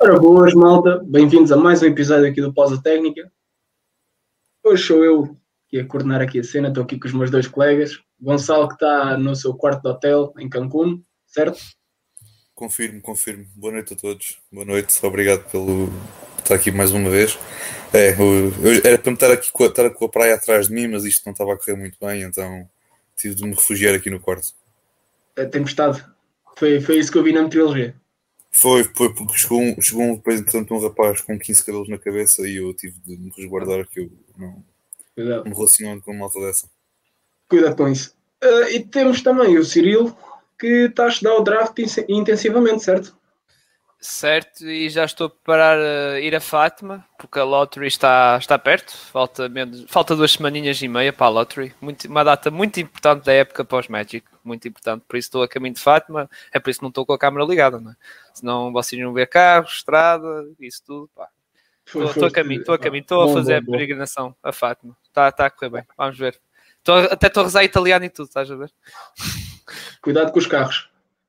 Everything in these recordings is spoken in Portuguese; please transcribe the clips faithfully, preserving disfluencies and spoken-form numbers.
Ora, boas, malta. Bem-vindos a mais um episódio aqui do Pausa Técnica. Hoje sou eu que ia coordenar aqui a cena. Estou aqui com os meus dois colegas. Gonçalo, que está no seu quarto de hotel em Cancún, certo? Confirmo, confirmo. Boa noite a todos. Boa noite. Obrigado pelo estar aqui mais uma vez. É, eu, eu- era para me estar aqui com a, estar com a praia atrás de mim, mas isto não estava a correr muito bem, então tive de me refugiar aqui no quarto. A tempestade. Foi, foi isso que eu vi na meteorologia. Foi, foi porque chegou, um, chegou um representante, um rapaz com quinze cabelos na cabeça e eu tive de me resguardar, que eu não, Cuidado, não me relaciono com uma malta dessa. cuidado com isso. Ah, e temos também o Cirilo, que está a estudar o draft in- intensivamente, certo? Certo, e já estou a preparar a ir a Fátima, porque a Lottery está, está perto, falta, menos, falta duas semaninhas e meia para a Lottery, muito, uma data muito importante da época para os Magic, muito importante, por isso estou a caminho de Fátima, é por isso que não estou com a câmera ligada, não é? Senão vocês não vê carros, estrada, isso tudo, pá. Foi, Estou, estou a foste- caminho, estou a caminho, estou a Bom, fazer bom, bom. a peregrinação a Fátima, está, está a correr bem, vamos ver. Estou, a- até estou a rezar italiano e tudo, estás a ver? Cuidado com os carros.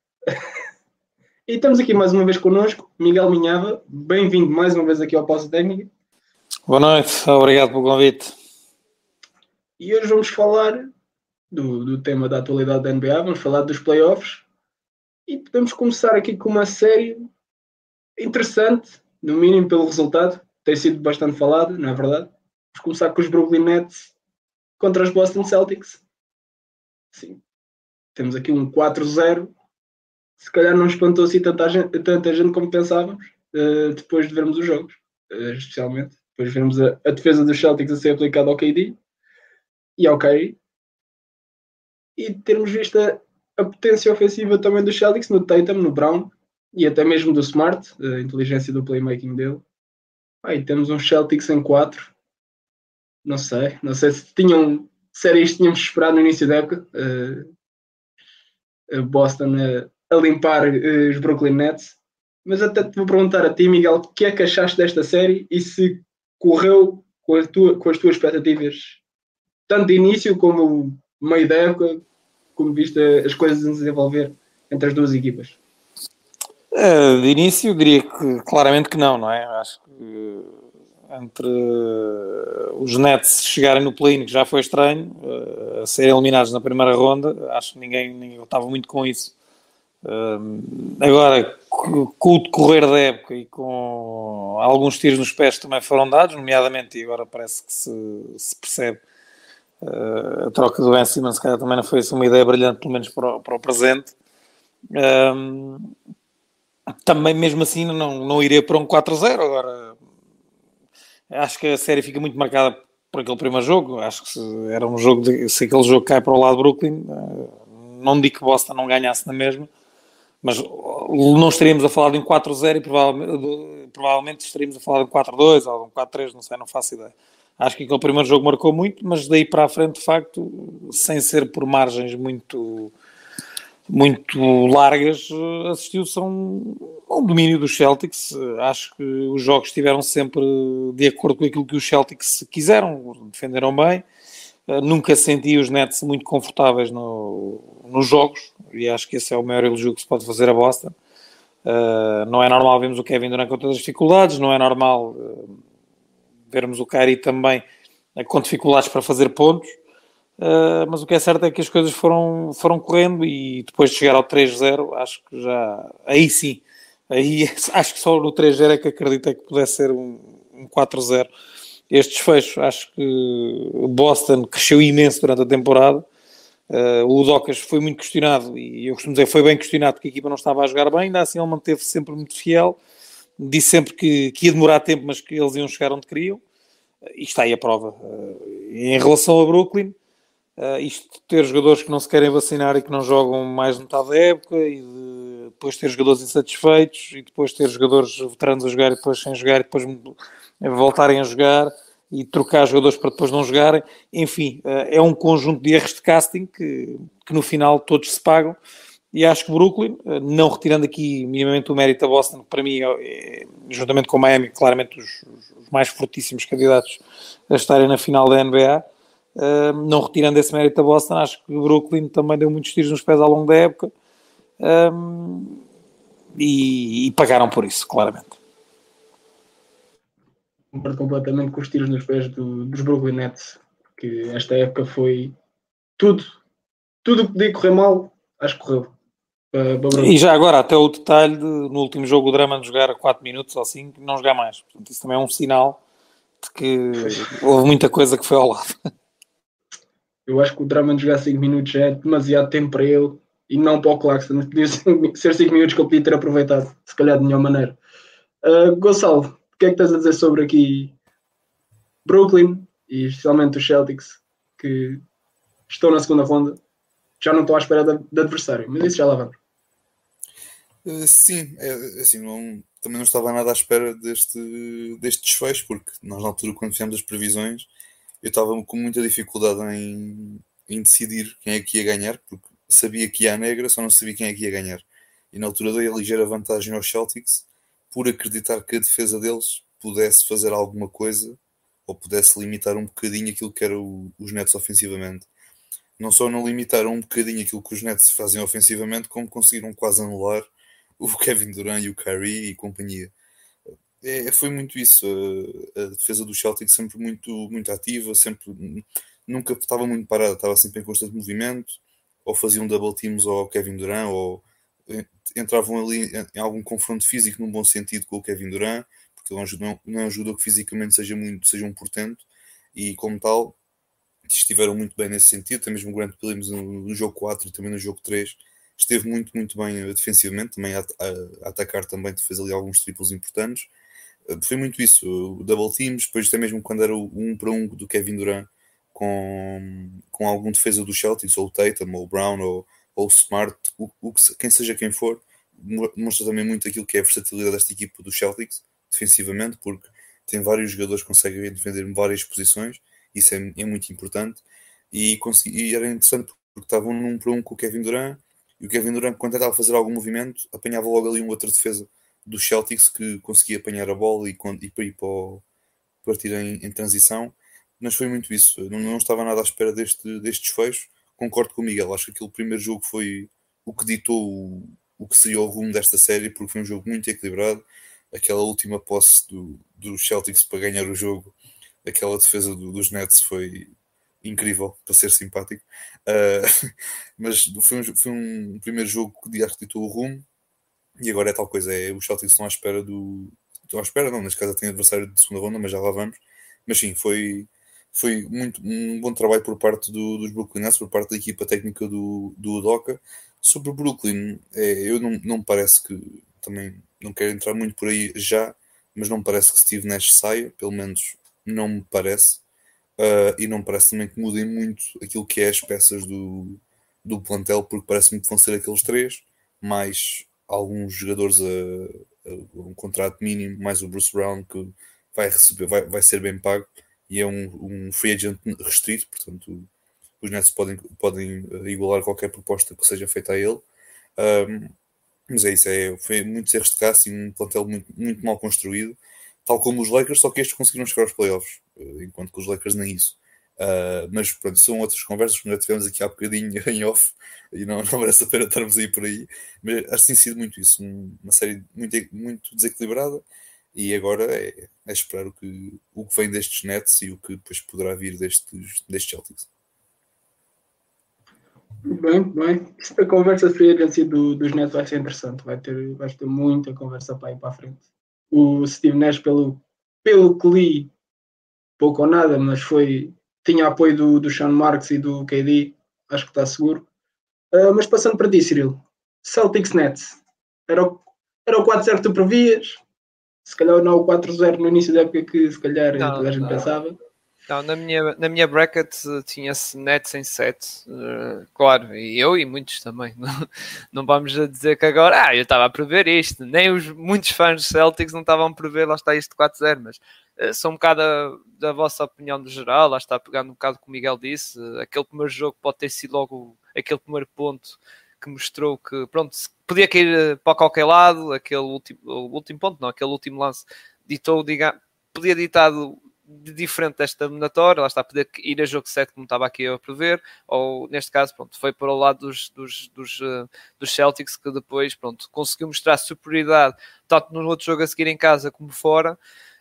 E estamos aqui mais uma vez connosco, Miguel Minhava. Bem-vindo mais uma vez aqui ao Pausa Técnica. Boa noite, obrigado pelo convite. E hoje vamos falar do, do tema da atualidade da N B A, vamos falar dos playoffs e podemos começar aqui com uma série interessante, no mínimo pelo resultado, tem sido bastante falado, não é verdade? Vamos começar com os Brooklyn Nets contra os Boston Celtics. Sim, temos aqui um quatro zero, se calhar não espantou assim tanta gente, tanta gente como pensávamos, uh, depois de vermos os jogos, uh, especialmente, depois de vermos a, a defesa dos Celtics a ser aplicada ao K D e ao Kyrie, e termos visto a, a potência ofensiva também dos Celtics no Tatum, no Brown e até mesmo do Smart, a inteligência do playmaking dele. Ah, e temos uns Celtics em quatro. Não sei, não sei se tinham, se era isto que tínhamos esperado no início da época. Uh, Boston uh, a limpar uh, os Brooklyn Nets. Mas até te vou perguntar a ti, Miguel, o que é que achaste desta série e se correu com, a tua, com as tuas expectativas, tanto de início como meio da época, como viste as coisas a desenvolver entre as duas equipas? Uh, de início, diria que claramente que não, não é? Acho que uh, entre uh, os Nets chegarem no play-in, que já foi estranho, uh, a serem eliminados na primeira ronda, acho que ninguém, ninguém estava muito com isso. Uh, agora, com, com o decorrer da época e com alguns tiros nos pés que também foram dados, nomeadamente, e agora parece que se, se percebe, uh, a troca do Ben Simmons, se calhar também não foi assim uma ideia brilhante, pelo menos para o, para o presente. Um, também mesmo assim não, não iria para um quatro zero. Agora acho que a série fica muito marcada por aquele primeiro jogo. Acho que se era um jogo de, se aquele jogo cai para o lado de Brooklyn, não digo que Boston não ganhasse na mesma, mas não estaríamos a falar de um quatro zero e provavelmente, provavelmente estaríamos a falar de um quatro dois ou de um quatro três, não sei, não faço ideia. Acho que aquele primeiro jogo marcou muito, mas daí para a frente, de facto, sem ser por margens muito muito largas, assistiu-se a um, a um domínio dos Celtics. Acho que os jogos estiveram sempre de acordo com aquilo que os Celtics quiseram, defenderam bem. Nunca senti os Nets muito confortáveis no, nos jogos, e acho que esse é o maior elogio que se pode fazer a Boston. Uh, não é normal vermos o Kevin Durant com todas as dificuldades, não é normal uh, vermos o Kyrie também uh, com dificuldades para fazer pontos. Uh, mas o que é certo é que as coisas foram, foram correndo, e depois de chegar ao três zero, acho que já, aí sim, aí acho que só no três zero é que acreditei que pudesse ser um, um quatro zero. Este desfecho, acho que Boston cresceu imenso durante a temporada. Uh, o Docas foi muito questionado, e eu costumo dizer foi bem questionado porque a equipa não estava a jogar bem, ainda assim ele manteve-se sempre muito fiel, disse sempre que, que ia demorar tempo, mas que eles iam chegar onde queriam, e está aí a prova. Uh, em relação a Brooklyn, Uh, isto de ter jogadores que não se querem vacinar e que não jogam mais metade da época, e de depois ter jogadores insatisfeitos, e depois ter jogadores veteranos a jogar e depois sem jogar, e depois voltarem a jogar, e trocar jogadores para depois não jogarem, enfim, uh, é um conjunto de erros de casting que, que no final todos se pagam. E acho que Brooklyn, uh, não retirando aqui minimamente o mérito a Boston, que para mim é, juntamente com Miami, claramente os, os mais fortíssimos candidatos a estarem na final da N B A, Uh, não retirando esse mérito a Boston, acho que o Brooklyn também deu muitos tiros nos pés ao longo da época, um, e, e pagaram por isso, claramente. concordo completamente com os tiros nos pés do, dos Brooklyn Nets, que esta época foi tudo, tudo o que podia correr mal, acho que correu. Para, para e já agora, até o detalhe de, no último jogo, o Drummond jogar a quatro minutos ou cinco, não jogar mais. Portanto, isso também é um sinal de que houve muita coisa que foi ao lado. Eu acho que o Drummond jogar cinco minutos já é demasiado tempo para ele e não para o Claxton. Podia ser cinco minutos que ele podia ter aproveitado, se calhar de nenhuma maneira. Uh, Gonçalo, o que é que tens a dizer sobre aqui Brooklyn e especialmente os Celtics, que estão na segunda ronda, já não estão à espera de, de adversário, mas isso já lá vamos. Uh, sim, é, assim, não, também não estava nada à espera deste, deste desfecho, porque nós na altura, quando fizemos as previsões, eu estava com muita dificuldade em, em decidir quem é que ia ganhar, porque sabia que ia à negra, só não sabia quem é que ia ganhar. E na altura dei a ligeira vantagem aos Celtics, por acreditar que a defesa deles pudesse fazer alguma coisa, ou pudesse limitar um bocadinho aquilo que eram os Nets ofensivamente. Não só não limitaram um bocadinho aquilo que os Nets fazem ofensivamente, como conseguiram quase anular o Kevin Durant e o Kyrie e companhia. É, foi muito isso. A, a defesa do Celtic sempre muito, muito ativa, sempre, nunca estava muito parada, estava sempre em constante movimento, ou faziam double teams ao Kevin Durant, ou entravam ali em algum confronto físico num bom sentido com o Kevin Durant, porque ele não ajuda, não ajuda que fisicamente seja, muito, seja um portento, e como tal estiveram muito bem nesse sentido. Até mesmo o Grant Williams no, no jogo quatro e também no jogo três esteve muito, muito bem defensivamente, também a, a, a atacar também, fez ali alguns triplos importantes. Foi muito isso, o double teams, depois até mesmo quando era o um para um do Kevin Durant com, com algum defesa do Celtics, ou o Tatum, ou o Brown, ou, ou o Smart, o, o, quem seja quem for, mostra também muito aquilo que é a versatilidade desta equipa do Celtics, defensivamente, porque tem vários jogadores que conseguem defender várias posições, isso é, é muito importante, e, consegui, e era interessante porque estavam num para um com o Kevin Durant, e o Kevin Durant, quando tentava fazer algum movimento, apanhava logo ali uma outra defesa dos Celtics que conseguia apanhar a bola e, e para ir para o, partir em, em transição. Mas foi muito isso, eu não, não estava nada à espera deste, deste desfecho. Concordo com o Miguel, acho que aquele primeiro jogo foi o que ditou o, o que seria o rumo desta série, porque foi um jogo muito equilibrado. Aquela última posse do, dos Celtics para ganhar o jogo, aquela defesa do, dos Nets foi incrível, para ser simpático. Uh, mas foi um, foi um primeiro jogo que acho que ditou o rumo. E agora é tal coisa, é, os Celtics estão à espera do... Estão à espera, não, neste caso tem adversário de segunda ronda, mas já lá vamos. Mas sim, foi, foi muito, um bom trabalho por parte do, dos Brooklyn Nets, por parte da equipa técnica do, do Udoka. Sobre o Brooklyn, é, eu não, não me parece que... Também não quero entrar muito por aí já, mas não me parece que Steve Nash saia, pelo menos não me parece. Uh, e não me parece também que mudem muito aquilo que é as peças do, do plantel, porque parece-me que vão ser aqueles três, mais alguns jogadores a, a um contrato mínimo, mais o Bruce Brown, que vai receber, vai, vai ser bem pago, e é um, um free agent restrito, portanto os Nets podem, podem igualar qualquer proposta que seja feita a ele. Um, mas é isso, é, foi muito ser restricado, um plantel muito, muito mal construído, tal como os Lakers, só que estes conseguiram chegar aos playoffs, enquanto que os Lakers nem isso. Uh, mas pronto, são outras conversas que já tivemos aqui há bocadinho em off e não, não merece a pena estarmos aí por aí, mas acho que tem sido muito isso, uma série muito, muito desequilibrada, e agora é, é esperar o que, o que vem destes Nets e o que depois poderá vir destes, destes Celtics. Bem, bem. A conversa free agency do, dos Nets vai ser interessante, vai ter, vai ter muita conversa para ir para a frente. O Steve Nash, pelo, pelo que li, pouco ou nada, mas foi, tinha apoio do, do Sean Marks e do K D, acho que está seguro. Uh, mas passando para ti, Cirilo, Celtics Nets, era o, era o quatro zero que tu previas? Se calhar não o quatro zero no início da época que se calhar não, toda a gente não. pensava. Não, na minha, na minha bracket tinha-se Nets em sete, uh, claro, e eu e muitos também. Não, não vamos dizer que agora, ah, eu estava a prever isto, nem os muitos fãs de Celtics não estavam a prever, lá está este quatro zero, mas uh, sou um bocado da, da vossa opinião de geral, lá está pegando um bocado o que o Miguel disse, uh, aquele primeiro jogo pode ter sido logo aquele primeiro ponto que mostrou que, pronto, podia cair para qualquer lado, aquele último, o último ponto, não, aquele último lance ditou, diga, podia ditar de diferente desta eliminatória, lá está a poder ir a jogo sete como estava aqui a prever, ou neste caso, pronto, foi para o lado dos, dos, dos, uh, dos Celtics, que depois, pronto, conseguiu mostrar superioridade tanto no outro jogo a seguir em casa como fora,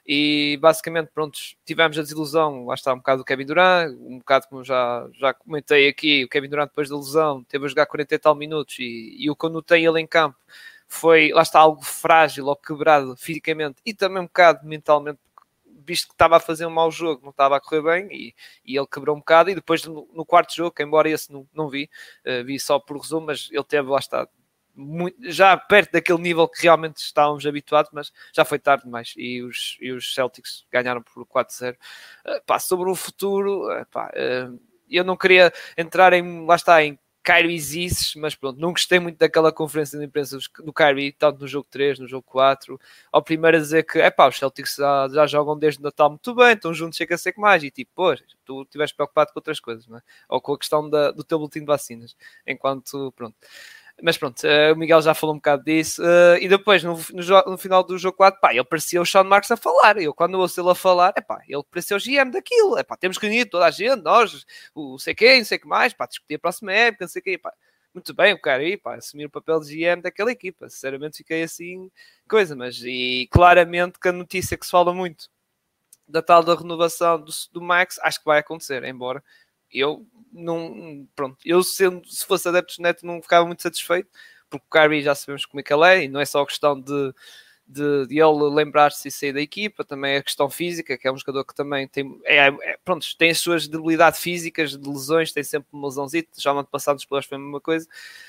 E basicamente, pronto, tivemos a desilusão, lá está um bocado do Kevin Durant, um bocado como já, já comentei aqui, o Kevin Durant depois da lesão teve a jogar quarenta e tal minutos e, e o que eu notei ele em campo foi, lá está, algo frágil ou quebrado fisicamente e também um bocado mentalmente, visto que estava a fazer um mau jogo, não estava a correr bem e, e ele quebrou um bocado e depois no, no quarto jogo, que embora esse não, não vi, uh, vi só por resumo, mas ele teve, lá está, muito, já perto daquele nível que realmente estávamos habituados, mas já foi tarde demais e os, e os Celtics ganharam por quatro a zero. Uh, pá, sobre o futuro, uh, pá, uh, eu não queria entrar em, lá está, em Kyrie Zisses, mas pronto, não gostei muito daquela conferência de imprensa do Kyrie, tanto no jogo três, no jogo quatro, ao primeiro a dizer que, é pá, os Celtics já, já jogam desde o Natal muito bem, estão juntos, chega a ser que mais, e tipo, pô, tu estiveste preocupado com outras coisas, não é? Ou com a questão da, do teu boletim de vacinas, enquanto, pronto. Mas pronto, uh, o Miguel já falou um bocado disso. Uh, e depois, no, no, no final do jogo quatro, pá, ele parecia o Sean Marks a falar. Eu, quando ouço ele a falar, é pá, ele parecia o G M daquilo. É pá, temos que unir toda a gente, nós, o sei quem, não sei o que mais, pá, discutir a próxima época, não sei o que, pá. Muito bem, o cara aí, pá, assumir o papel de G M daquela equipa. Sinceramente, fiquei assim, coisa. Mas, e claramente que a notícia que se fala muito da tal da renovação do, do Max, acho que vai acontecer, embora eu não, pronto, eu sendo, se fosse adepto de Neto não ficava muito satisfeito, porque o Kyrie já sabemos como é que ele é, e não é só a questão de, de, de ele lembrar-se e sair da equipa, também é a questão física, que é um jogador que também tem, é, é, pronto, tem as suas debilidades físicas, de lesões, tem sempre uma lesãozita, já no ano passado nos playoffs foi a mesma coisa,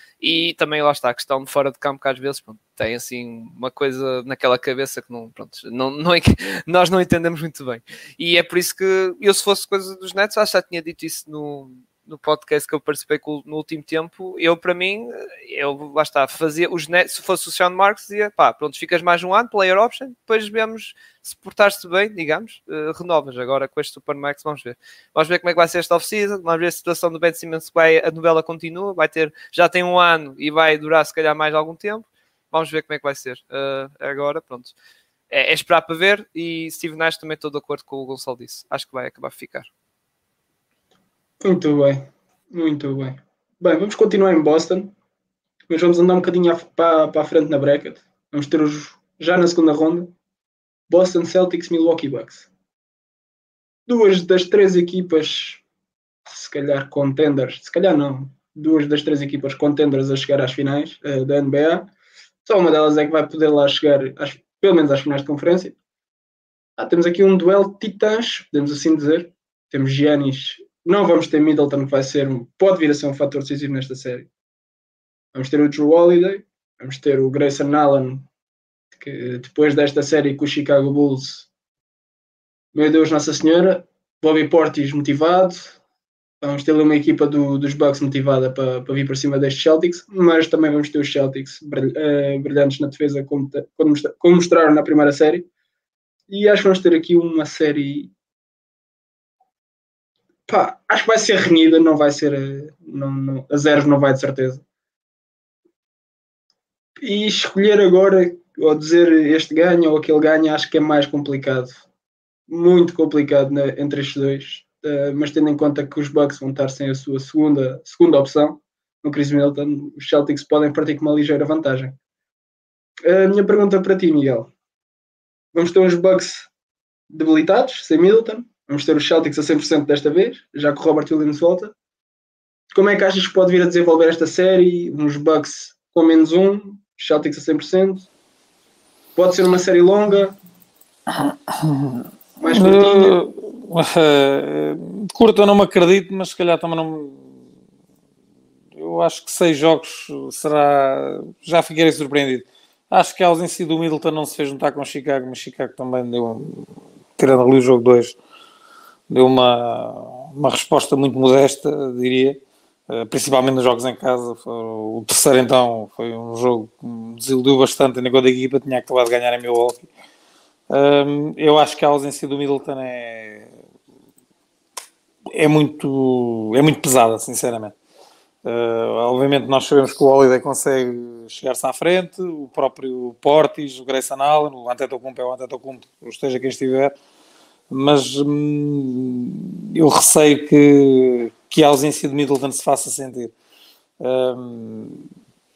e também lá está a questão de fora de campo, que às vezes pronto, tem assim uma coisa naquela cabeça que não, pronto, não, não é que nós não entendemos muito bem, e é por isso que eu, se fosse coisa dos Nets, acho que já tinha dito isso no, no podcast que eu participei no último tempo. Eu, para mim, eu, lá está, fazia os Nets, se fosse o Sean Marks, dizia, pá, pronto, ficas mais um ano, player option, depois vemos se portar-se bem, digamos, uh, renovas. Agora com este Supermax, vamos ver. Vamos ver como é que vai ser esta off-season, vamos ver a situação do Ben Simmons, vai, a novela continua, vai ter, já tem um ano e vai durar se calhar mais algum tempo. Vamos ver como é que vai ser. Uh, agora, pronto. É, é esperar para ver, e Steve Nash também estou de acordo com o Gonçalo disse. Acho que vai acabar a ficar. Muito bem, muito bem. Bem, vamos continuar em Boston, mas vamos andar um bocadinho para, para a frente na bracket. Vamos ter os, já na segunda ronda, Boston Celtics, Milwaukee Bucks. Duas das três equipas, se calhar contenders, se calhar não, duas das três equipas contenders a chegar às finais uh, da N B A. Só uma delas é que vai poder lá chegar, às, pelo menos às finais de conferência. Ah, temos aqui um duelo de titãs, podemos assim dizer. Temos Giannis. Não vamos ter Middleton, que vai ser, pode vir a ser um fator decisivo nesta série. Vamos ter o Drew Holiday, vamos ter o Grayson Allen, que depois desta série com o Chicago Bulls, meu Deus, Nossa Senhora, Bobby Portis motivado, vamos ter uma equipa do, dos Bucks motivada para, para vir para cima destes Celtics, mas também vamos ter os Celtics brilhantes na defesa, como, como mostraram na primeira série, e acho que vamos ter aqui uma série... Pá, acho que vai ser renhida, não vai ser não, não, a zeros não vai de certeza. E escolher agora, ou dizer este ganha ou aquele ganha, acho que é mais complicado. Muito complicado, né, entre estes dois. Uh, mas tendo em conta que os Bucks vão estar sem a sua segunda, segunda opção, no Chris Middleton, os Celtics podem partir com uma ligeira vantagem. A minha pergunta para ti, Miguel. Vamos ter os Bucks debilitados, sem Middleton? Vamos ter os Celtics a cem por cento desta vez, já que o Robert Williams volta. Como é que achas que pode vir a desenvolver esta série? Uns Bucks com menos um, os Celtics a cem por cento? Pode ser uma série longa? Mais curtinha? Uh, uh, curta eu não me acredito, mas se calhar também não... Eu acho que seis jogos será... Já ficarei surpreendido. Acho que a ausência do Middleton não se fez juntar com o Chicago, mas Chicago também deu... Tirando ali o jogo dois... deu uma, uma resposta muito modesta, diria, uh, principalmente nos jogos em casa. Foi, o terceiro, então, foi um jogo que me desiludiu bastante, ainda quando a equipa tinha acabado de ganhar em Milwaukee. Um, eu acho que a ausência do Middleton é, é, muito, é muito pesada, sinceramente. Uh, obviamente nós sabemos que o Holiday consegue chegar-se à frente, o próprio Portis, o Grayson Allen, o Antetokounmpo é o Antetokounmpo, esteja quem estiver, mas hum, eu receio que, que a ausência de Middleton se faça sentir. Hum,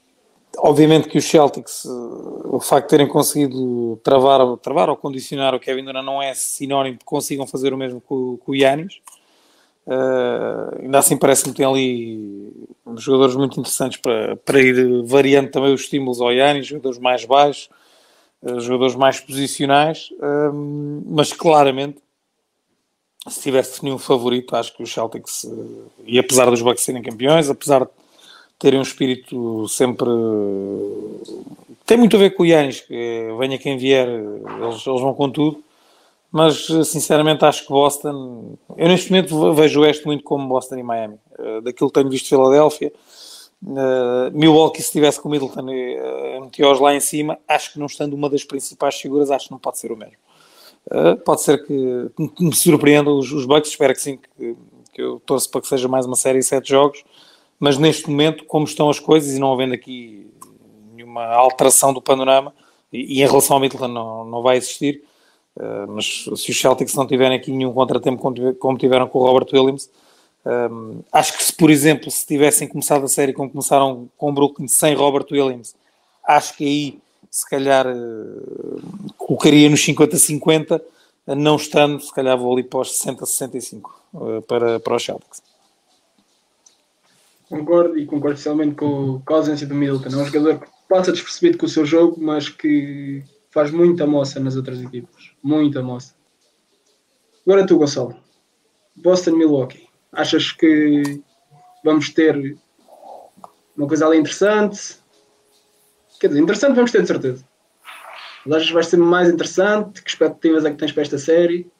obviamente que os Celtics, o facto de terem conseguido travar, travar ou condicionar o Kevin Durant não é sinónimo de que consigam fazer o mesmo com, com o Giannis. Uh, ainda assim parece-me que tem ali jogadores muito interessantes para, para ir variando também os estímulos ao Giannis, jogadores mais baixos, uh, jogadores mais posicionais, uh, mas claramente se tivesse definido um favorito, acho que os Celtics, uh, e apesar dos Bucks serem campeões, apesar de terem um espírito sempre uh, tem muito a ver com o Giannis, que venha quem vier, eles, eles vão com tudo. Mas, sinceramente, acho que Boston... Eu, neste momento, vejo o Oeste muito como Boston e Miami. Uh, daquilo que tenho visto de Filadélfia. Uh, Milwaukee, se estivesse com o Middleton e uh, meteores lá em cima, acho que não estando uma das principais figuras, acho que não pode ser o mesmo. Uh, pode ser que me surpreendam os, os Bucks. Espero que sim, que, que eu torço para que seja mais uma série de sete jogos. Mas, neste momento, como estão as coisas, e não havendo aqui nenhuma alteração do panorama, e, e em relação ao Middleton não, não vai existir... Uh, mas se os Celtics não tiverem aqui nenhum contratempo como tiveram com o Robert Williams, um, acho que se, por exemplo, se tivessem começado a série como começaram com o Brooklyn sem Robert Williams, acho que aí se calhar uh, colocaria nos cinquenta a cinquenta, uh, não estando, se calhar vou ali para os sessenta a sessenta e cinco uh, para, para os Celtics. Concordo, e concordo especialmente com, com a ausência do Middleton. É um jogador que passa despercebido com o seu jogo, mas que faz muita moça nas outras equipas. Muita moça. Agora tu, Gonçalo. Boston, Milwaukee. Achas que vamos ter uma coisa ali interessante? Quer dizer, interessante vamos ter de certeza. Mas achas que vai ser mais interessante? Que expectativas é que tens para esta série?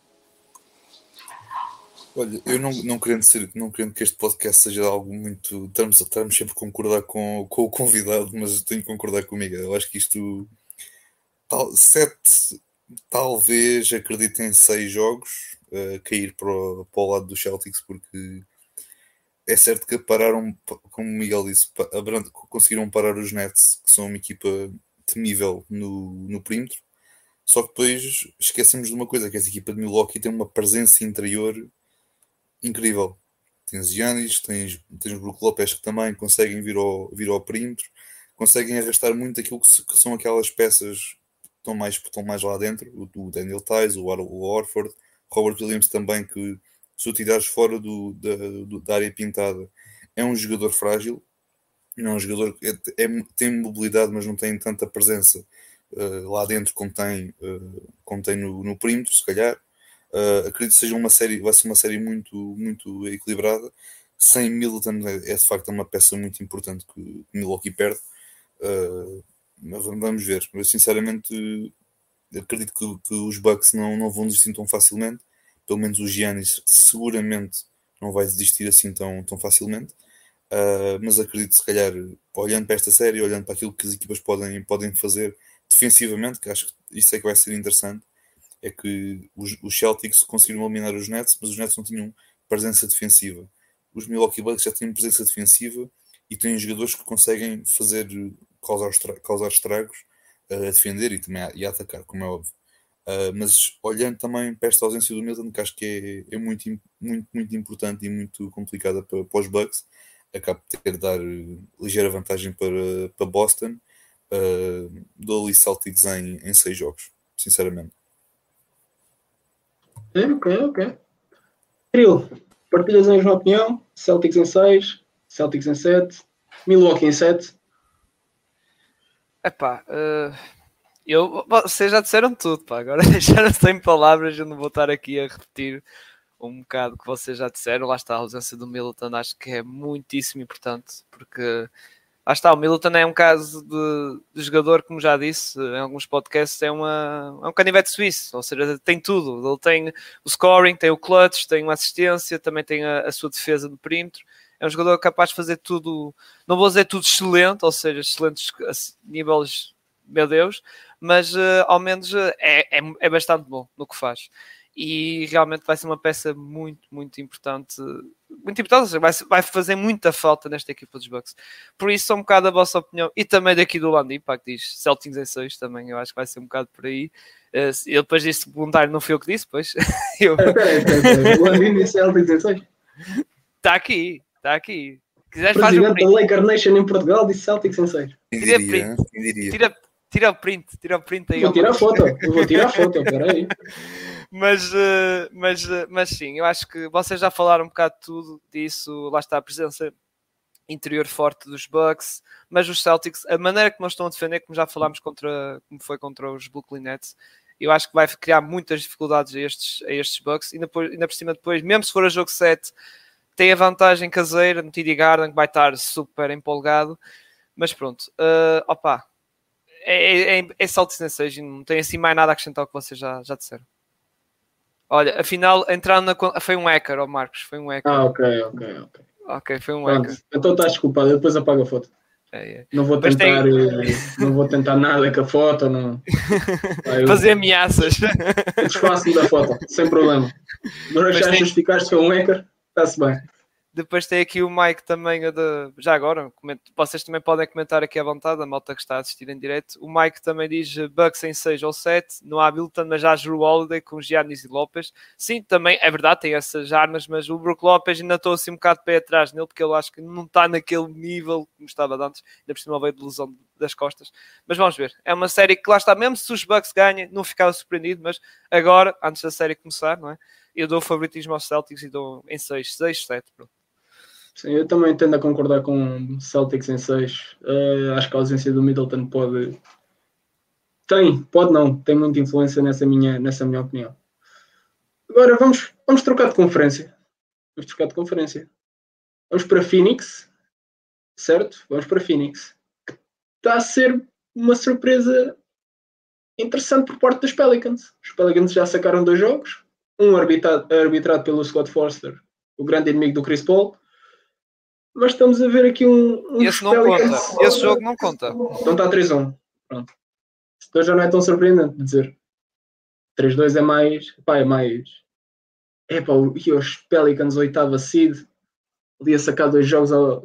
Olha, eu não, não, querendo ser, não querendo que este podcast seja algo muito... Estamos, estamos sempre a concordar com, com o convidado, mas tenho que concordar comigo. Eu acho que isto... Tal, sete, talvez acredito em seis jogos uh, cair para o, para o lado dos Celtics, porque é certo que pararam, como o Miguel disse, conseguiram parar os Nets, que são uma equipa temível no, no perímetro, só que depois esquecemos de uma coisa, que essa equipa de Milwaukee tem uma presença interior incrível. Tens Giannis, tens, tens Brook Lopez, que também conseguem vir ao, vir ao perímetro, conseguem arrastar muito aquilo que, que são aquelas peças estão mais, estão mais lá dentro, o, o Daniel Tice, o, o Horford, Robert Williams também, que se o tirares fora do, da, do, da área pintada, é um jogador frágil, não é um jogador que é, é, tem mobilidade, mas não tem tanta presença uh, lá dentro como tem, uh, como tem no, no perímetro, se calhar. Uh, acredito que seja uma série, vai ser uma série muito, muito equilibrada. Sem Middleton é, é de facto uma peça muito importante que o Milwaukee perde. Uh, Mas vamos ver. Eu sinceramente acredito que, que os Bucks não, não vão desistir tão facilmente. Pelo menos o Giannis seguramente não vai desistir assim tão, tão facilmente. Uh, mas acredito, se calhar, olhando para esta série, olhando para aquilo que as equipas podem, podem fazer defensivamente, que acho que isso é que vai ser interessante, é que os, os Celtics conseguiram eliminar os Nets, mas os Nets não tinham presença defensiva. Os Milwaukee Bucks já têm presença defensiva e têm jogadores que conseguem fazer... Causar, causar estragos uh, a defender e também a, e a atacar, como é óbvio. Uh, mas olhando também para esta ausência do Middleton, que acho que é, é muito, muito, muito importante e muito complicada para, para os Bucks, acaba de ter de dar uh, ligeira vantagem para, para Boston. Uh, dou ali Celtics em, em seis jogos, sinceramente. É, ok, ok. Trio, partilhas a mesma opinião? Celtics em seis, Celtics em sete, Milwaukee em sete. Epá, uh, eu, vocês já disseram tudo, pá. Agora já não tenho palavras, eu não vou estar aqui a repetir um bocado o que vocês já disseram. Lá está, a ausência do Middleton acho que é muitíssimo importante, porque lá está, o Middleton é um caso de, de jogador, como já disse em alguns podcasts, é, uma, é um canivete suíço, ou seja, tem tudo. Ele tem o scoring, tem o clutch, tem uma assistência, também tem a, a sua defesa no perímetro. É um jogador capaz de fazer tudo, não vou dizer tudo excelente, ou seja, excelentes níveis, meu Deus, mas uh, ao menos uh, é, é, é bastante bom no que faz. E realmente vai ser uma peça muito, muito importante, muito importante, ou seja, vai, vai fazer muita falta nesta equipa dos Bucks. Por isso, só um bocado a vossa opinião, e também daqui do Landing, pá, que diz Celtics em seis também, eu acho que vai ser um bocado por aí. Uh, eu depois disse voluntário, não fui eu que disse, pois. eu... Espera, espera, espera, o Landing disse Celtics em seis. Está aqui. Está aqui. Quiseres Presidente fazer da Laker Nation em Portugal disse Celtics em seis. Tira print. Tira, tira o print. Tira o print aí. Vou tirar a foto. Eu vou tirar a foto, peraí. Mas, mas, mas sim, eu acho que vocês já falaram um bocado de tudo disso. Lá está a presença interior forte dos Bucks, mas os Celtics, a maneira como eles estão a defender, como já falámos contra, como foi contra os Brooklyn Nets, eu acho que vai criar muitas dificuldades a estes, a estes Bucks. E depois, ainda por cima depois, mesmo se for a jogo sete, tem a vantagem caseira no T D Garden, que vai estar super empolgado. Mas pronto, uh, opa, é, é, é Celtics em seis, não tem assim mais nada a acrescentar ao que vocês já, já disseram. Olha, afinal, entrando na... Foi um hacker, ó oh Marcos, foi um hacker. Ah, ok, ok, ok. Ok, foi um Pronto, hacker. Então estás desculpado, eu depois apago a foto. É, é. Não vou Mas tentar, tem- eh, não vou tentar nada com a foto, não. Pá, eu Fazer ameaças. eu desfaço-me da foto, sem problema. Agora Mas já tem- justificaste que foi um hacker, está-se bem. Depois tem aqui o Mike também, a de... já agora, comento- vocês também podem comentar aqui à vontade, a malta que está a assistir em direto. O Mike também diz eh, Bucks em seis ou sete, não há Milton, mas já há Drew Holiday com Giannis e Lopes. Sim, também é verdade, tem essas armas, mas o Brook Lopes ainda estou assim um bocado de pé atrás nele, porque eu acho que não está naquele nível como estava de antes, ainda por cima veio de lesão das costas. Mas vamos ver, é uma série que lá está, mesmo se os Bucks ganhem, não ficava surpreendido, mas agora, antes da série começar, não é? Eu dou o favoritismo aos Celtics e dou em seis, seis, sete, pronto. Sim, eu também tendo a concordar com Celtics em seis. Uh, acho que a ausência do Middleton pode... Tem, pode não, tem muita influência nessa minha, nessa minha opinião. Agora vamos, vamos trocar de conferência. Vamos trocar de conferência. Vamos para Phoenix, certo? Vamos para Phoenix. Está a ser uma surpresa interessante por parte dos Pelicans. Os Pelicans já sacaram dois jogos. Um arbitrado, arbitrado pelo Scott Foster, o grande inimigo do Chris Paul. Mas estamos a ver aqui um... um Esse não Pelicans... conta, esse jogo não conta. Então está três a um. Pronto. Então já não é tão surpreendente dizer. três a dois é mais... Pá, é mais... É pá, e os Pelicans, oitava seed, ali a sacar dois jogos ao...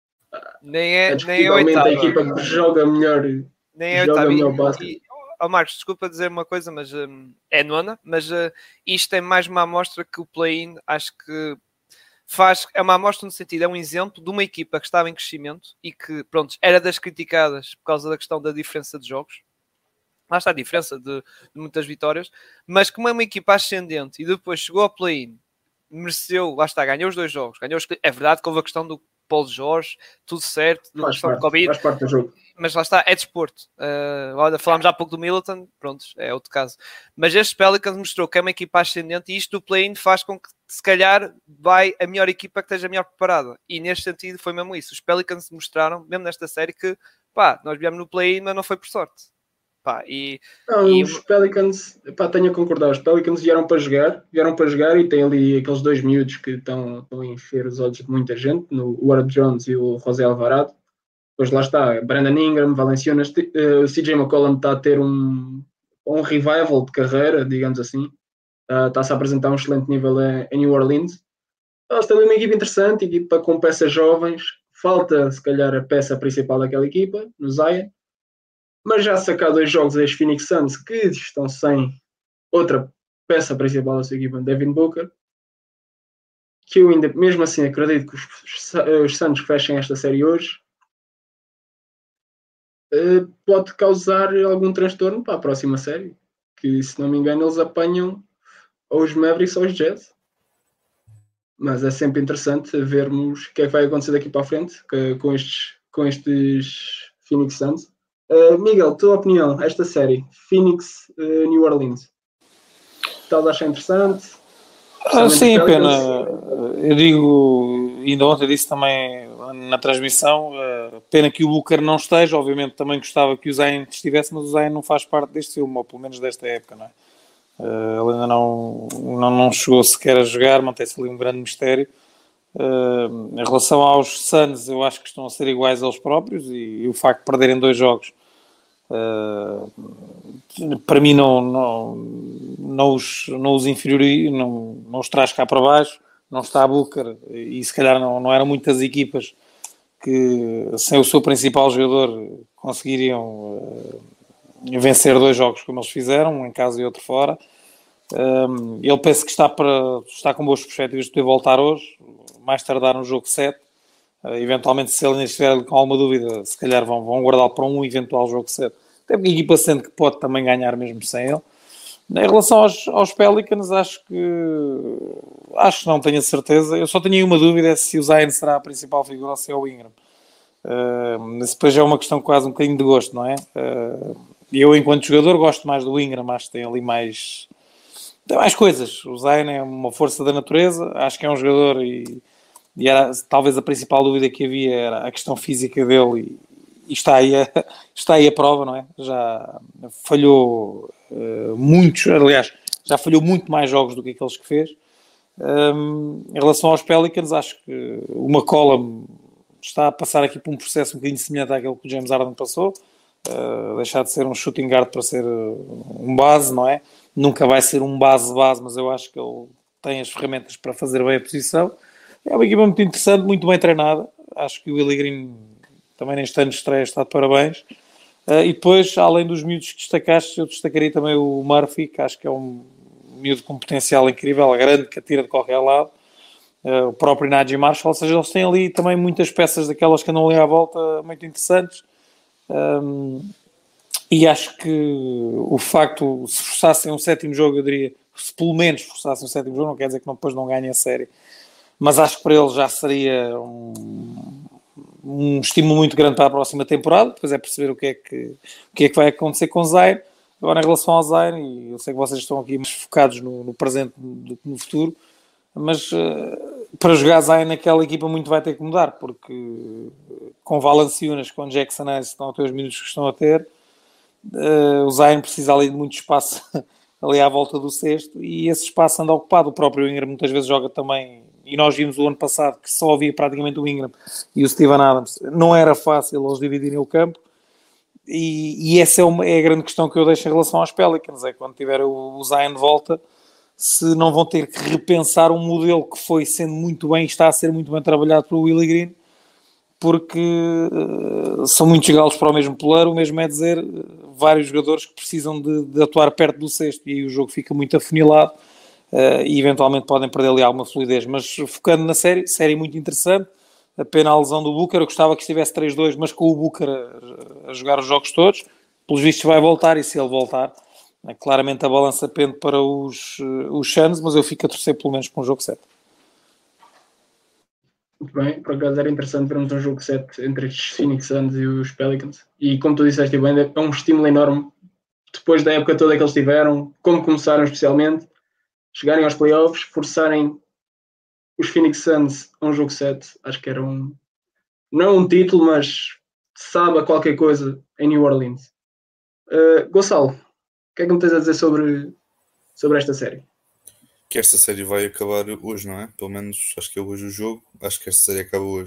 Nem É é, nem é discutivelmente oitava. a equipa que joga melhor... Nem é joga oitava. melhor E- basquete. e- oh, Marcos, desculpa dizer uma coisa, mas hum, é nona, mas uh, isto é mais uma amostra que o play-in, acho que faz, é uma amostra no sentido, é um exemplo de uma equipa que estava em crescimento e que, pronto, era das criticadas por causa da questão da diferença de jogos. Lá está a diferença de, de muitas vitórias, mas como é uma equipa ascendente e depois chegou ao play-in, mereceu, lá está, ganhou os dois jogos, ganhou os, é verdade que houve a questão do Paulo Jorge, tudo certo, da Faz questão do parte, Covid, faz parte do jogo. mas lá está, é desporto. Uh, olha, falámos há pouco do Middleton, pronto, é outro caso. Mas este Pelicans mostrou que é uma equipa ascendente e isto do play-in faz com que, se calhar, vai a melhor equipa que esteja melhor preparada. E neste sentido foi mesmo isso. Os Pelicans mostraram, mesmo nesta série, que pá, nós viemos no play-in, mas não foi por sorte. Pá, e, Não, e- os Pelicans, pá, tenho a concordar, os Pelicans vieram para jogar, vieram para jogar e tem ali aqueles dois miúdos que estão, estão a encher os olhos de muita gente, no Ward Jones e o José Alvarado. Depois lá está, Brandon Ingram, Valenciunas, uh, o C J McCollum está a ter um, um revival de carreira, digamos assim. Uh, está-se a apresentar um excelente nível em, em New Orleans. Eles têm ali uma equipa interessante, equipa com peças jovens. Falta, se calhar, a peça principal daquela equipa, no Zion. Mas já sacar dois jogos as Phoenix Suns, que estão sem outra peça principal da sua equipa, Devin Booker, que eu ainda, mesmo assim, acredito que os, os Suns fechem esta série hoje, uh, pode causar algum transtorno para a próxima série, que, se não me engano, eles apanham ou os Mavericks ou os Jazz. Mas é sempre interessante vermos o que é que vai acontecer daqui para a frente que, com, estes, com estes Phoenix Suns. Uh, Miguel, tua opinião, esta série, Phoenix, uh, New Orleans, estás a achar interessante? Ah, sim, Especialmente os pena. Pelicans? Eu digo, ainda ontem disse também na transmissão, uh, pena que o Booker não esteja. Obviamente também gostava que o Zion estivesse, mas o Zion não faz parte deste filme, ou pelo menos desta época, não é? Uh, ele ainda não, não, não chegou sequer a jogar, mantém-se ali um grande mistério. Uh, em relação aos Suns, eu acho que estão a ser iguais aos próprios, e, e o facto de perderem dois jogos uh, para mim não, não, não, os, não os inferioriza, não, não os traz cá para baixo. Não está a Booker e se calhar não, não eram muitas equipas que sem o seu principal jogador conseguiriam uh, vencer dois jogos como eles fizeram, um em casa e outro fora. Um, ele pensa que está, para, está com boas perspectivas de poder voltar hoje, mais tardar no jogo sete. Uh, eventualmente, se ele ainda estiver com alguma dúvida, se calhar vão, vão guardá-lo para um eventual jogo sete. Até porque a equipa sente que pode também ganhar mesmo sem ele. Em relação aos, aos Pelicans, acho que acho que não tenho a certeza. Eu só tenho aí uma dúvida, é se o Zion será a principal figura ou se é o Ingram. Uh, isso depois é uma questão quase um bocadinho de gosto, não é? Uh, eu, enquanto jogador, gosto mais do Ingram, acho que tem ali mais, tem mais coisas. O Zion é uma força da natureza, acho que é um jogador e, e era, talvez a principal dúvida que havia era a questão física dele e, e está, aí a, está aí a prova, não é? Já falhou uh, muitos, aliás, já falhou muito mais jogos do que aqueles que fez. Um, em relação aos Pelicans, acho que o McCollum está a passar aqui por um processo um bocadinho semelhante àquele que o James Harden passou, uh, deixar de ser um shooting guard para ser um base, não é? Nunca vai ser um base-base, mas eu acho que ele tem as ferramentas para fazer bem a posição. É uma equipa muito interessante, muito bem treinada. Acho que o Willie Green também neste ano de estreia está de parabéns. Uh, e depois, além dos miúdos que destacaste, eu destacaria também o Murphy, que acho que é um miúdo com potencial incrível, grande, que atira de qualquer lado. Uh, o próprio Najee Marshall, ou seja, eles têm ali também muitas peças daquelas que andam ali à volta muito interessantes. Um, e acho que o facto, se forçassem um sétimo jogo, eu diria, se pelo menos forçassem um sétimo jogo, não quer dizer que depois não ganhem a série, mas acho que para eles já seria um, um estímulo muito grande para a próxima temporada. Depois é perceber o que é que, o que, é que vai acontecer com o Zion. Agora, em relação ao Zion, e eu sei que vocês estão aqui mais focados no, no presente do que no futuro, mas uh, para jogar Zion naquela equipa muito vai ter que mudar, porque uh, com Valanciunas, com Jackson Hayes, estão a ter os minutos que estão a ter, uh, o Zion precisa ali de muito espaço ali à volta do cesto, e esse espaço anda ocupado. O próprio Ingram muitas vezes joga também, e nós vimos o ano passado que só havia praticamente o Ingram e o Steven Adams. Não era fácil eles dividirem o campo, e, e essa é, uma, é a grande questão que eu deixo em relação aos Pelicans, é quando tiver o, o Zion de volta, se não vão ter que repensar um modelo que foi sendo muito bem, está a ser muito bem trabalhado pelo Willie Green, porque uh, são muitos galos para o mesmo poleiro. O mesmo é dizer, uh, vários jogadores que precisam de, de atuar perto do cesto, e aí o jogo fica muito afunilado, uh, e eventualmente podem perder ali alguma fluidez. Mas focando na série, série muito interessante. A pena a lesão do Booker, eu gostava que estivesse três dois, mas com o Booker a, a jogar os jogos todos, pelos vistos vai voltar, e se ele voltar, claramente a balança pende para os, os Suns, mas eu fico a torcer pelo menos para um jogo sete. Muito bem, por acaso era interessante vermos um jogo sete entre os Phoenix Suns e os Pelicans, e como tu disseste bem, é um estímulo enorme depois da época toda que eles tiveram, como começaram especialmente, chegarem aos playoffs, forçarem os Phoenix Suns a um jogo sete. Acho que era um, não um título, mas sabe a qualquer coisa em New Orleans. Uh, Gonçalo, o que é que me tens a dizer sobre, sobre esta série? Que esta série vai acabar hoje, não é? Pelo menos acho que é hoje o jogo. Acho que esta série acaba hoje.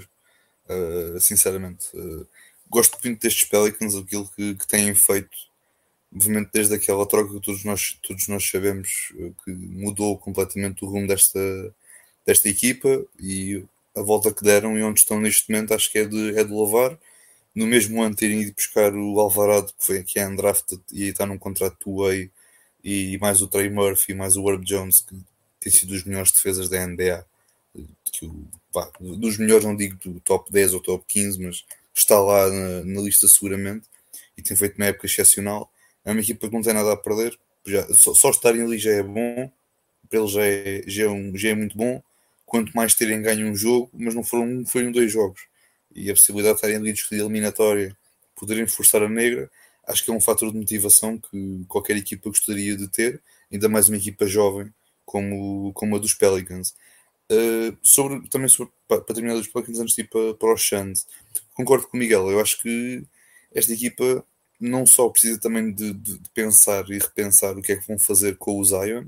Uh, sinceramente, uh, gosto muito destes Pelicans, aquilo que, que têm feito, obviamente desde aquela troca que todos nós, todos nós sabemos, uh, que mudou completamente o rumo desta, desta equipa, e a volta que deram e onde estão neste momento acho que é de, é de louvar. No mesmo ano terem ido buscar o Alvarado, que foi aqui undrafted e está num contrato two-way, e mais o Trey Murphy, mais o Herb Jones, que tem sido dos melhores defesas da N B A, que o, pá, dos melhores, não digo do top dez ou top quinze, mas está lá na, na lista seguramente, e tem feito uma época excepcional. É uma equipa que não tem nada a perder, já, só, só estarem ali já é bom, para eles já é, já, é um, já é muito bom, quanto mais terem ganho um jogo, mas não foram um, foram dois jogos, e a possibilidade de estarem ali de eliminatória, poderem forçar a negra, acho que é um fator de motivação que qualquer equipa gostaria de ter, ainda mais uma equipa jovem como, como a dos Pelicans. Uh, sobre, também sobre, para, para terminar dos Pelicans, antes de ir para, para os Suns, concordo com o Miguel. Eu acho que esta equipa não só precisa também de, de, de pensar e repensar o que é que vão fazer com o Zion,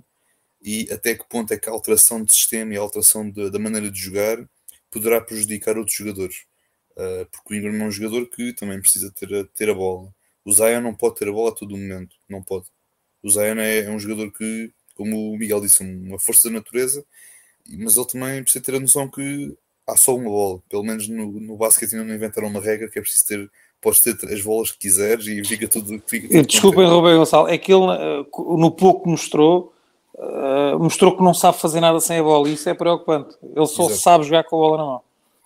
e até que ponto é que a alteração de sistema e a alteração de, da maneira de jogar poderá prejudicar outros jogadores. Uh, porque o Ingram é um jogador que também precisa ter a, ter a bola. O Zion não pode ter a bola a todo momento, não pode. O Zion é, é um jogador que, como o Miguel disse, é uma força da natureza, mas ele também precisa ter a noção que há só uma bola. Pelo menos no, no basquete ainda não inventaram uma regra que é preciso ter, podes ter as bolas que quiseres e fica tudo... Fica tudo Desculpem, Rubem Gonçalo, é que ele no pouco mostrou, uh, mostrou que não sabe fazer nada sem a bola, e isso é preocupante. Ele só Exato. sabe jogar com a bola na mão. É,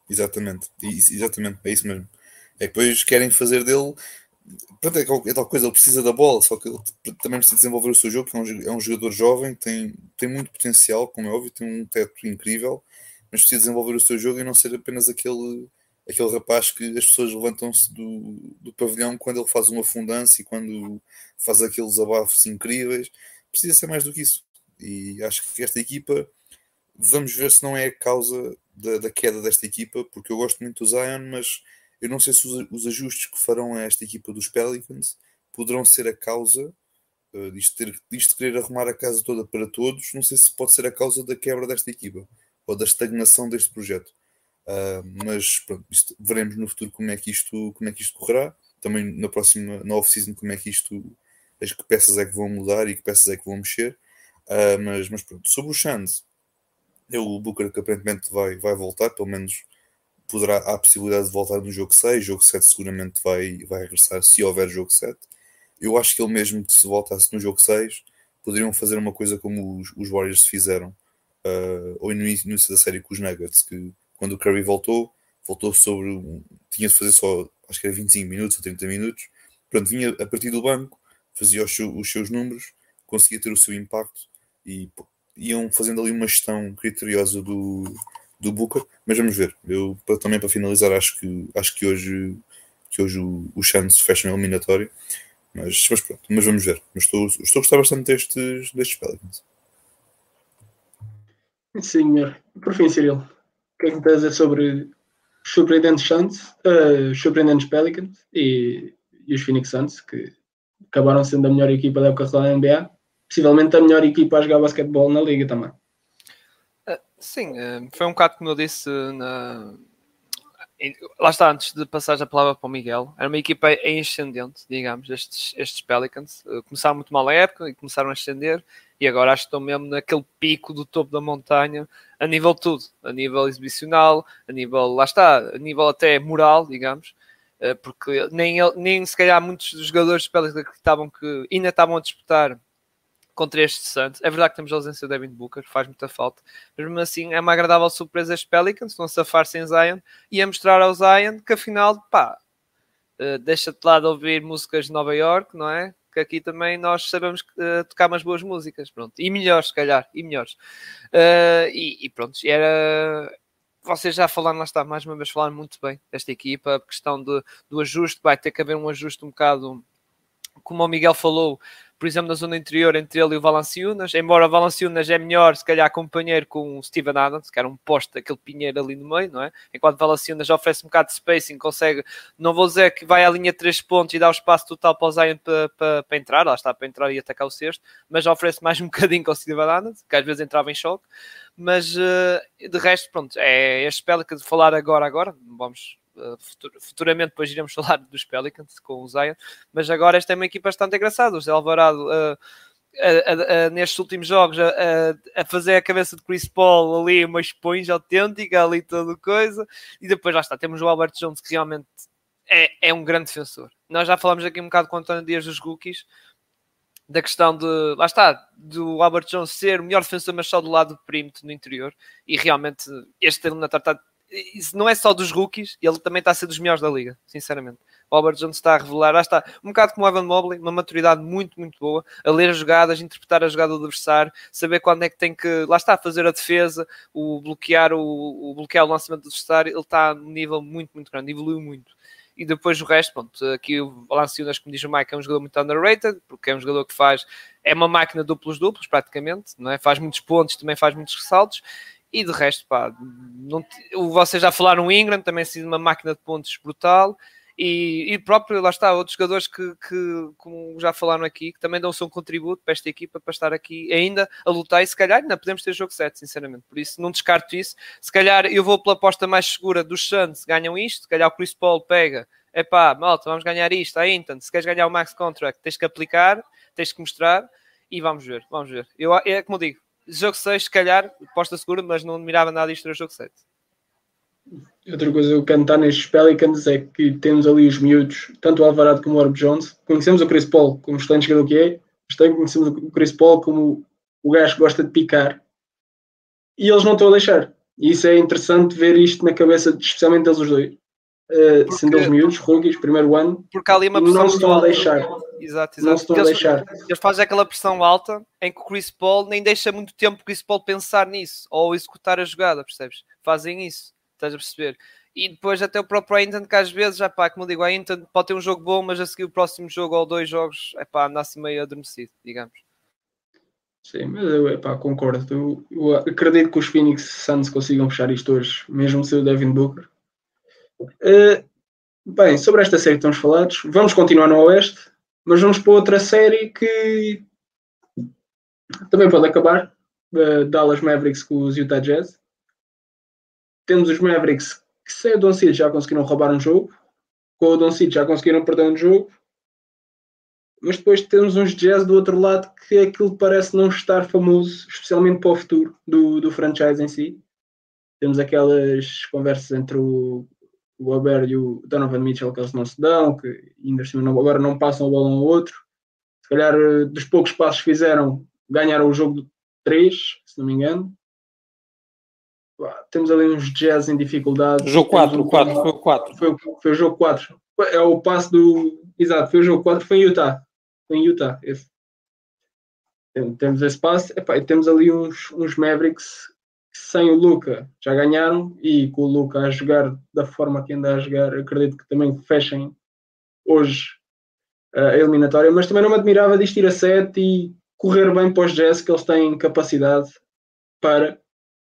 Exatamente, exatamente, é isso mesmo. É que depois querem fazer dele. Pronto, é, é tal coisa, ele precisa da bola, só que ele também precisa desenvolver o seu jogo, que é um, é um jogador jovem, tem, tem muito potencial, como é óbvio, tem um teto incrível, mas precisa desenvolver o seu jogo e não ser apenas aquele, aquele rapaz que as pessoas levantam-se do, do pavilhão quando ele faz uma fundança e quando faz aqueles abafos incríveis. Precisa ser mais do que isso. E acho que esta equipa, vamos ver se não é a causa da, da queda desta equipa, porque eu gosto muito do Zion, mas eu não sei se os, os ajustes que farão a esta equipa dos Pelicans poderão ser a causa uh, disto, ter, disto querer arrumar a casa toda para todos. Não sei se pode ser a causa da quebra desta equipa ou da estagnação deste projeto. Uh, mas pronto, isto, veremos no futuro como é que isto, como é que isto correrá. Também na próxima, na off-season, como é que isto, as que peças é que vão mudar e que peças é que vão mexer. Uh, mas, mas pronto, sobre o Shans, é o Booker que aparentemente vai, vai voltar, pelo menos poderá, há a possibilidade de voltar no jogo seis, jogo sete seguramente vai, vai regressar se houver jogo sete. Eu acho que ele mesmo que se voltasse no jogo seis, poderiam fazer uma coisa como os, os Warriors fizeram, uh, ou no início, no início da série com os Nuggets, que quando o Curry voltou, voltou sobre, um, tinha de fazer só, acho que era vinte e cinco minutos ou trinta minutos, pronto, vinha a partir do banco, fazia os, os seus números, conseguia ter o seu impacto e pô, iam fazendo ali uma gestão criteriosa do, do Booker, mas vamos ver. Eu também para finalizar acho que, acho que hoje, que hoje o, o Suns fecha no eliminatório, mas, mas pronto, mas vamos ver. Mas estou, estou a gostar bastante destes, destes Pelicans. Sim, senhor. Por fim, Cirilo, o que é que me estás a dizer sobre os surpreendentes Suns, uh, os surpreendentes Pelicans e, e os Phoenix Suns, que acabaram sendo a melhor equipa da época da N B A, possivelmente a melhor equipa a jogar basquetebol na liga também. Uh, sim, uh, foi um bocado como eu disse na... Lá está, antes de passar a palavra para o Miguel, era uma equipa em ascendente, digamos, estes, estes Pelicans. Uh, começaram muito mal a época e começaram a ascender, e agora acho que estão mesmo naquele pico do topo da montanha, a nível tudo, a nível exibicional, a nível, lá está, a nível até moral, digamos, uh, porque nem, nem se calhar muitos dos jogadores dos Pelicans que, estavam, que ainda estavam a disputar contra este Suns. É verdade que temos a ausência do Devin Booker, faz muita falta, mas mesmo assim é uma agradável surpresa estes Pelicans, estão a safar sem Zion e a mostrar ao Zion que afinal, pá, uh, deixa-te lá de ouvir músicas de Nova York, não é? Que aqui também nós sabemos uh, tocar umas boas músicas, pronto, e melhores se calhar, e melhores. Uh, e, e pronto, era... Vocês já falaram, lá está, mais uma vez falaram muito bem desta equipa, a questão de, do ajuste, vai ter que haver um ajuste um bocado, como o Miguel falou, por exemplo, na zona interior entre ele e o Valanciunas, embora o Valanciunas é melhor, se calhar, companheiro com o Steven Adams, que era um poste, aquele pinheiro ali no meio, não é? Enquanto o Valanciunas oferece um bocado de spacing, consegue, não vou dizer que vai à linha de três pontos e dá o espaço total para o Zion para, para, para entrar, lá está, para entrar e atacar o cesto, mas oferece mais um bocadinho com o Steven Adams, que às vezes entrava em choque, mas de resto, pronto, é este Pelicans de falar agora, agora, vamos... futuramente depois iremos falar dos Pelicans com o Zion, mas agora esta é uma equipa bastante engraçada. O Zé Alvarado uh, uh, uh, nestes últimos jogos uh, a fazer a cabeça de Chris Paul ali, uma esponja autêntica ali, toda coisa, e depois lá está, temos o Albert Jones que realmente é, é um grande defensor. Nós já falamos aqui um bocado com o António Dias dos rookies, da questão de, lá está, do Albert Jones ser o melhor defensor, mas só do lado do perímetro no interior, e realmente este eliminatório está... Isso não é só dos rookies, ele também está a ser dos melhores da liga, sinceramente. O Albert Jones está a revelar, lá está, um bocado como o Evan Mobley, uma maturidade muito, muito boa, a ler as jogadas, interpretar a jogada do adversário, saber quando é que tem que, lá está, fazer a defesa, o bloquear o, o, bloquear o lançamento do adversário. Ele está num nível muito, muito grande, evoluiu muito. E depois o resto, pronto, aqui o Valanciunas, como diz o Mike, é um jogador muito underrated, porque é um jogador que faz, é uma máquina duplos-duplos, praticamente, não é? Faz muitos pontos, também faz muitos ressaltos. E de resto, pá, não, vocês já falaram o Ingram, também sido uma máquina de pontos brutal, e, e próprio, lá está, outros jogadores que, que, como já falaram aqui, que também dão o seu contributo para esta equipa, para estar aqui ainda a lutar, e se calhar ainda podemos ter jogo sete, sinceramente, por isso não descarto isso. Se calhar eu vou pela aposta mais segura dos Suns, ganham isto, se calhar o Chris Paul pega, epá, malta, vamos ganhar isto, aí então, se queres ganhar o max contract, tens que aplicar, tens que mostrar, e vamos ver, vamos ver. Eu, é como eu digo, jogo seis, se calhar, aposta segura, mas não admirava nada isto no jogo sete. Outra coisa que eu quero notar nestes Pelicans é que temos ali os miúdos, tanto o Alvarado como o Herb Jones. Conhecemos o Chris Paul como excelente jogador que é, mas também conhecemos o Chris Paul como o gajo que gosta de picar. E eles não estão a deixar. E isso é interessante ver isto na cabeça, de, especialmente deles os dois. Uh, porque, sendo eles miúdos, rookies, primeiro ano, porque há ali uma pressão não se estão alta. a deixar. Exato, exato. Não se estão a eles, deixar. Eles fazem aquela pressão alta em que o Chris Paul nem deixa muito tempo o Chris Paul pensar nisso ou executar a jogada, percebes? Fazem isso, estás a perceber? E depois até o próprio Ayton, que às vezes, já pá, como eu digo, a Ayton pode ter um jogo bom, mas a seguir o próximo jogo ou dois jogos, é pá, anda assim meio adormecido, digamos. Sim, mas eu epá, concordo. Eu, eu acredito que os Phoenix Suns consigam fechar isto hoje, mesmo sem o Devin Booker. Uh, bem, sobre esta série que estamos falados, vamos continuar no Oeste, mas vamos para outra série que também pode acabar. Uh, Dallas Mavericks com os Utah Jazz. Temos os Mavericks que sem o Doncic já conseguiram roubar um jogo, com o Doncic já conseguiram perder um jogo, mas depois temos uns Jazz do outro lado que aquilo parece não estar famoso, especialmente para o futuro do, do franchise em si. Temos aquelas conversas entre o, o Gobert e o Donovan Mitchell que eles não se dão, que ainda assim não, agora não passam o bola um ao outro. Se calhar dos poucos passos que fizeram, ganharam o jogo de três, se não me engano. Temos ali uns Jazz em dificuldade. Jogo quatro, um... o quatro, foi o quatro. Foi, foi o jogo quatro. É o passo do... Exato, foi o jogo quatro, foi em Utah. Foi em Utah, esse. Temos esse passo. Epá, e temos ali uns, uns Mavericks que sem o Luka já ganharam e com o Luka a jogar da forma que anda a jogar, acredito que também fechem hoje a eliminatória, mas também não me admirava disto ir a sete e correr bem para os Jazz, que eles têm capacidade para...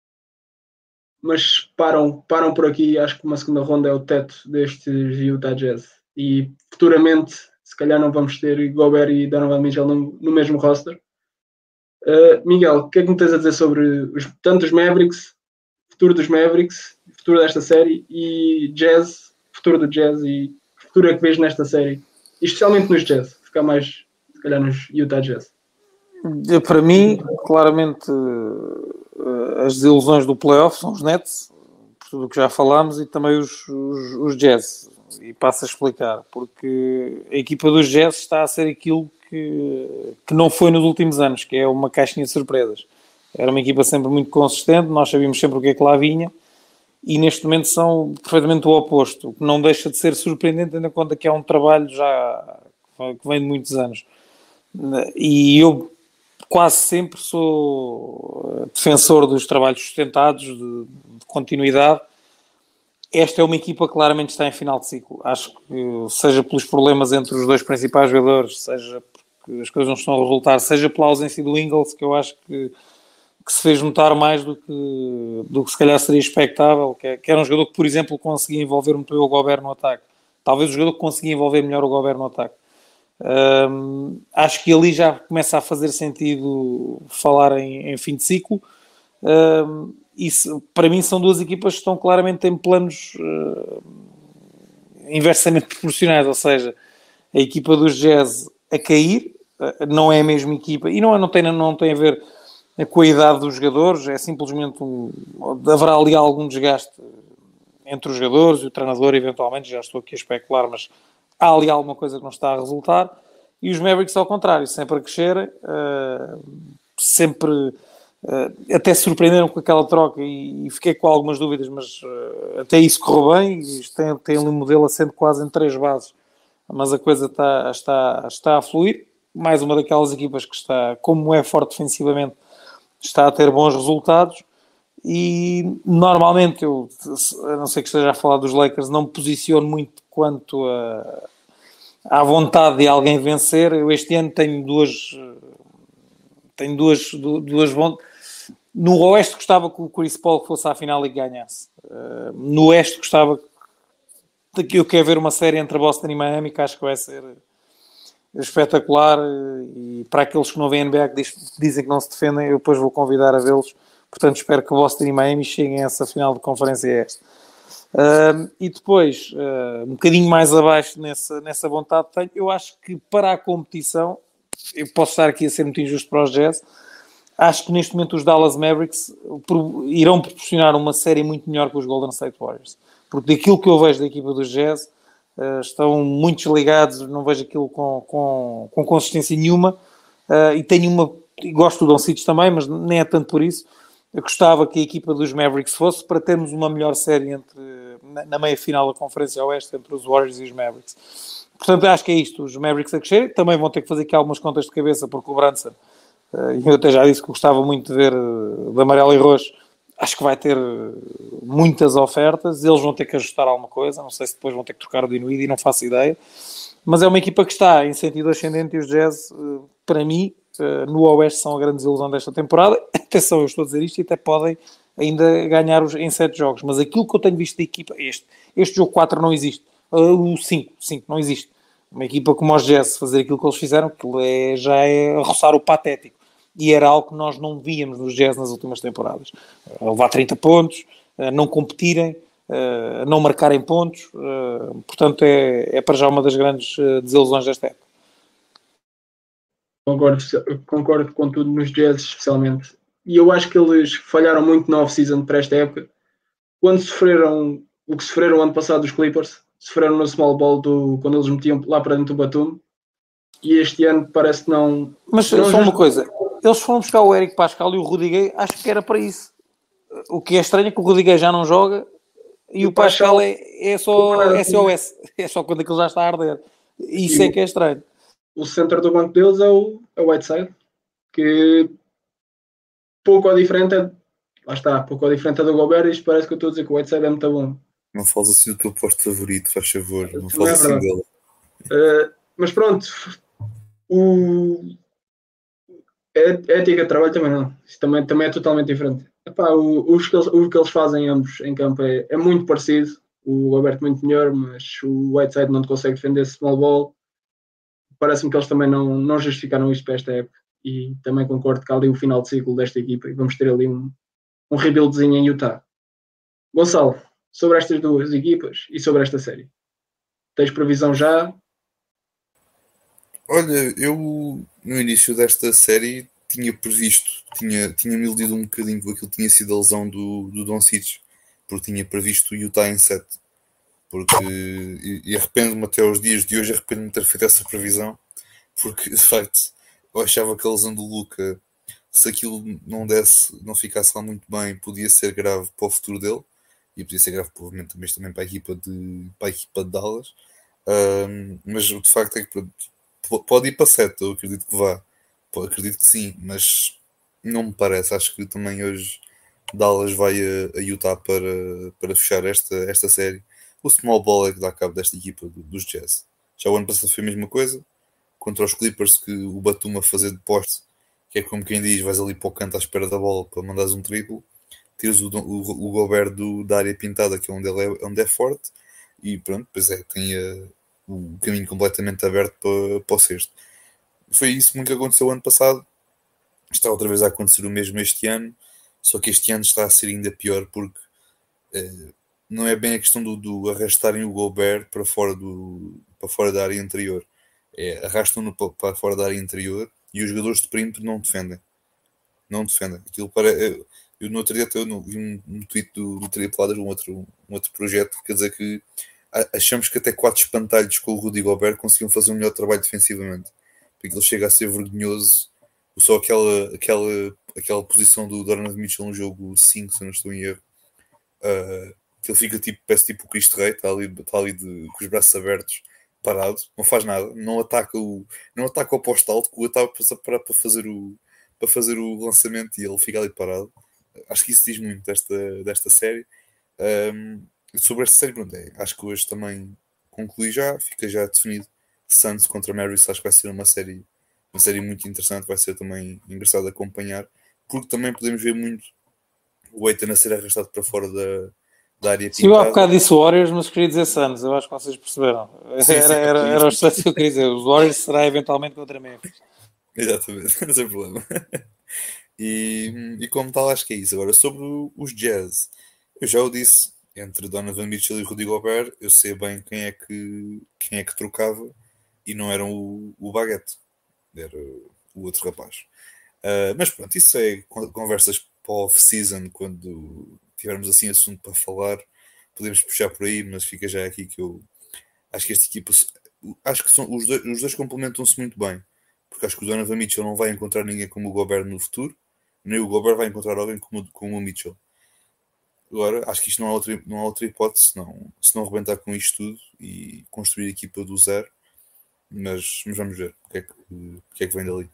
mas param, param por aqui. Acho que uma segunda ronda é o teto destes Utah Jazz e futuramente se calhar não vamos ter Gobert e Donovan Mitchell no, no mesmo roster. uh, Miguel, o que é que me tens a dizer sobre os, tanto os Mavericks, futuro dos Mavericks, futuro desta série, e Jazz, futuro do Jazz e futuro é que vejo nesta série, e especialmente nos Jazz, ficar mais se calhar nos Utah Jazz? Para mim, claramente as desilusões do playoff são os Nets, por tudo o que já falámos, e também os, os, os Jazz. E passo a explicar, porque a equipa dos Jazz está a ser aquilo que, que não foi nos últimos anos, que é uma caixinha de surpresas. Era uma equipa sempre muito consistente, nós sabíamos sempre o que é que lá vinha, e neste momento são perfeitamente o oposto, o que não deixa de ser surpreendente, tendo em conta que é um trabalho já que vem de muitos anos. E eu quase sempre sou defensor dos trabalhos sustentados, de, de continuidade. Esta é uma equipa que claramente está em final de ciclo. Acho que, seja pelos problemas entre os dois principais jogadores, seja porque as coisas não estão a resultar, seja pela ausência do Ingles, que eu acho que, que se fez notar mais do que, do que se calhar seria expectável, que, é, que era um jogador que, por exemplo, conseguia envolver muito bem o Gobert no ataque. Talvez o jogador que conseguia envolver melhor o Gobert no ataque. Um, acho que ali já começa a fazer sentido falar em, em fim de ciclo. Um, isso, para mim, são duas equipas que estão claramente em planos uh, inversamente proporcionais, ou seja, a equipa dos Jazz a cair, uh, não é a mesma equipa, e não, não, tem, não tem a ver com a idade dos jogadores, é simplesmente um, haverá ali algum desgaste entre os jogadores e o treinador, eventualmente, já estou aqui a especular, mas há ali alguma coisa que não está a resultar, e os Mavericks ao contrário, sempre a crescerem, uh, sempre uh, até se surpreenderam com aquela troca e, e fiquei com algumas dúvidas, mas uh, até isso correu bem, e tem, tem ali um modelo assente quase em três bases, mas a coisa está, está, está a fluir. Mais uma daquelas equipas que está, como é forte defensivamente, está a ter bons resultados. E normalmente eu, a não ser que esteja a falar dos Lakers, não me posiciono muito quanto a, à vontade de alguém vencer. Eu este ano tenho duas tenho duas, duas vontades. No Oeste gostava que o Chris Paul fosse à final e ganhasse. No Oeste gostava que eu quero ver uma série entre Boston e Miami, que acho que vai ser espetacular, e para aqueles que não veem N B A, que dizem que não se defendem, eu depois vou convidar a vê-los. Portanto, espero que Boston e Miami cheguem a essa final de conferência esta. Uh, e depois, uh, um bocadinho mais abaixo nessa, nessa vontade que tenho, eu acho que para a competição, eu posso estar aqui a ser muito injusto para os Jazz, acho que neste momento os Dallas Mavericks irão proporcionar uma série muito melhor que os Golden State Warriors. Porque daquilo que eu vejo da equipa dos Jazz, uh, estão muito desligados, não vejo aquilo com, com, com consistência nenhuma, uh, e tenho uma... Gosto do Doncic também, mas nem é tanto por isso. Eu gostava que a equipa dos Mavericks fosse para termos uma melhor série entre, na, na meia-final da Conferência Oeste entre os Warriors e os Mavericks. Portanto, acho que é isto. Os Mavericks a crescer também vão ter que fazer aqui algumas contas de cabeça, porque o Brunson, e eu até já disse que gostava muito de ver de amarelo e roxo, acho que vai ter muitas ofertas, eles vão ter que ajustar alguma coisa, não sei se depois vão ter que trocar o Dinwiddie, não faço ideia, mas é uma equipa que está em sentido ascendente e os Jazz, para mim, no Oeste são a grande desilusão desta temporada. Atenção, eu estou a dizer isto e até podem ainda ganhar os, em sete jogos, mas aquilo que eu tenho visto da equipa, este, este jogo quatro não existe, o cinco, cinco não existe. Uma equipa como os Jazz fazer aquilo que eles fizeram, que é, já é a roçar o patético. E era algo que nós não víamos nos Jazz nas últimas temporadas. A levar trinta pontos, a não competirem, a não marcarem pontos. Portanto, é, é para já uma das grandes desilusões desta época. Concordo, concordo com tudo nos Jazz, especialmente. E eu acho que eles falharam muito na off-season para esta época. Quando sofreram o que sofreram ano passado dos Clippers, sofreram no small ball do, quando eles metiam lá para dentro do Batum. E este ano parece que não... Mas não só uma coisa... Eles foram buscar o Eric Pascal e o Rudy Gay, acho que era para isso. O que é estranho é que o Rudy Gay já não joga e, e o Pascal, Pascal é, é só S O S. É só quando aquilo já está a arder. Isso e é que é estranho. O centro do banco deles é o, é o Whiteside, que pouco ou diferente é... Lá está, pouco ou diferente é do Gobert, e isto parece que eu estou a dizer que o Whiteside é muito bom. Não fales assim do teu posto favorito, faz favor. Não fales assim é dele. Uh, mas pronto, o... a ética de trabalho também não. Isso também, também é totalmente diferente. Epá, o, o, que eles, o que eles fazem ambos em campo é, é muito parecido. O Gobert muito melhor, mas o Whiteside não consegue defender esse small ball. Parece-me que eles também não, não justificaram isto para esta época. E também concordo que há ali o final de ciclo desta equipa e vamos ter ali um, um rebuildzinho em Utah. Gonçalo, sobre estas duas equipas e sobre esta série, tens previsão já? Olha, eu no início desta série tinha previsto, tinha, tinha me iludido um bocadinho com aquilo que tinha sido a lesão do, do Doncic, porque tinha previsto o Utah em sete. Porque, e, e arrependo-me até aos dias de hoje, arrependo-me de ter feito essa previsão, porque de facto eu achava que a lesão do Luka, se aquilo não desse, não ficasse lá muito bem, podia ser grave para o futuro dele, e podia ser grave provavelmente também, também para a equipa de, para a equipa de Dallas. Um, mas de facto é que pode ir para sete, eu acredito que vá, eu acredito que sim, mas não me parece. Acho que também hoje Dallas vai a, a Utah para, para fechar esta, esta série. O small ball é que dá cabo desta equipa do, dos Jazz. Já o ano passado foi a mesma coisa contra os Clippers, que o Batum a fazer de poste, que é como quem diz, vais ali para o canto à espera da bola para mandares um triplo, tiras o, o, o Gobert do, da área pintada, que é onde, ele é onde é forte, e pronto, pois é, tem a, o caminho completamente aberto para, para o sexto. Foi isso muito que aconteceu ano passado, está outra vez a acontecer o mesmo este ano, só que este ano está a ser ainda pior, porque eh, não é bem a questão do, do arrastarem o Gobert para fora, do, para fora da área interior, é, arrastam-no para, para fora da área interior e os jogadores de perímetro não defendem. Não defendem. Aquilo para, eu, eu no outro dia eu vi um, um tweet do, do Tripladas, um outro, um outro projeto, quer dizer que achamos que até quatro espantalhos com o Rudy Gobert conseguiam fazer um melhor trabalho defensivamente, porque ele chega a ser vergonhoso. Só aquela, aquela, aquela posição do Donovan Mitchell no jogo cinco, se eu não estou em erro, uh, que ele fica tipo, parece tipo o Cristo Rei, está ali, está ali de, com os braços abertos, parado, não faz nada, não ataca o, não ataca o posto alto, que o ataque para, para, fazer o, para fazer o lançamento, e ele fica ali parado. Acho que isso diz muito desta, desta série. Um, sobre esta série, pronto, é, acho que hoje também conclui já, fica já definido. Suns contra Mavericks, acho que vai ser uma série, uma série muito interessante, vai ser também engraçado de acompanhar, porque também podemos ver muito o Aiton a ser arrastado para fora da, da área pintada. Sim, eu há bocado disse Warriors, mas queria dizer Suns, eu acho que vocês perceberam. Sim, era, sim, era, era, era os Suns que eu queria dizer. Os Warriors será eventualmente contra Memphis. Exatamente, não tem problema. E, e como tal, acho que é isso. Agora, sobre os Jazz, eu já o disse, entre Donovan Mitchell e Rudy Gobert, eu sei bem quem é que, quem é que trocava, e não era o, o Baguette, era o outro rapaz. Uh, mas pronto, isso é conversas para off-season, quando tivermos assim assunto para falar, podemos puxar por aí, mas fica já aqui que eu acho que esta equipa, acho que são, os, dois, os dois complementam-se muito bem, porque acho que o Donovan Mitchell não vai encontrar ninguém como o Gobert no futuro, nem o Gobert vai encontrar alguém como, como o Mitchell. Agora, acho que isto não há outra, não há outra hipótese, não, se não arrebentar com isto tudo e construir a equipa do zero, mas, mas vamos ver o que, é que, o que é que vem dali.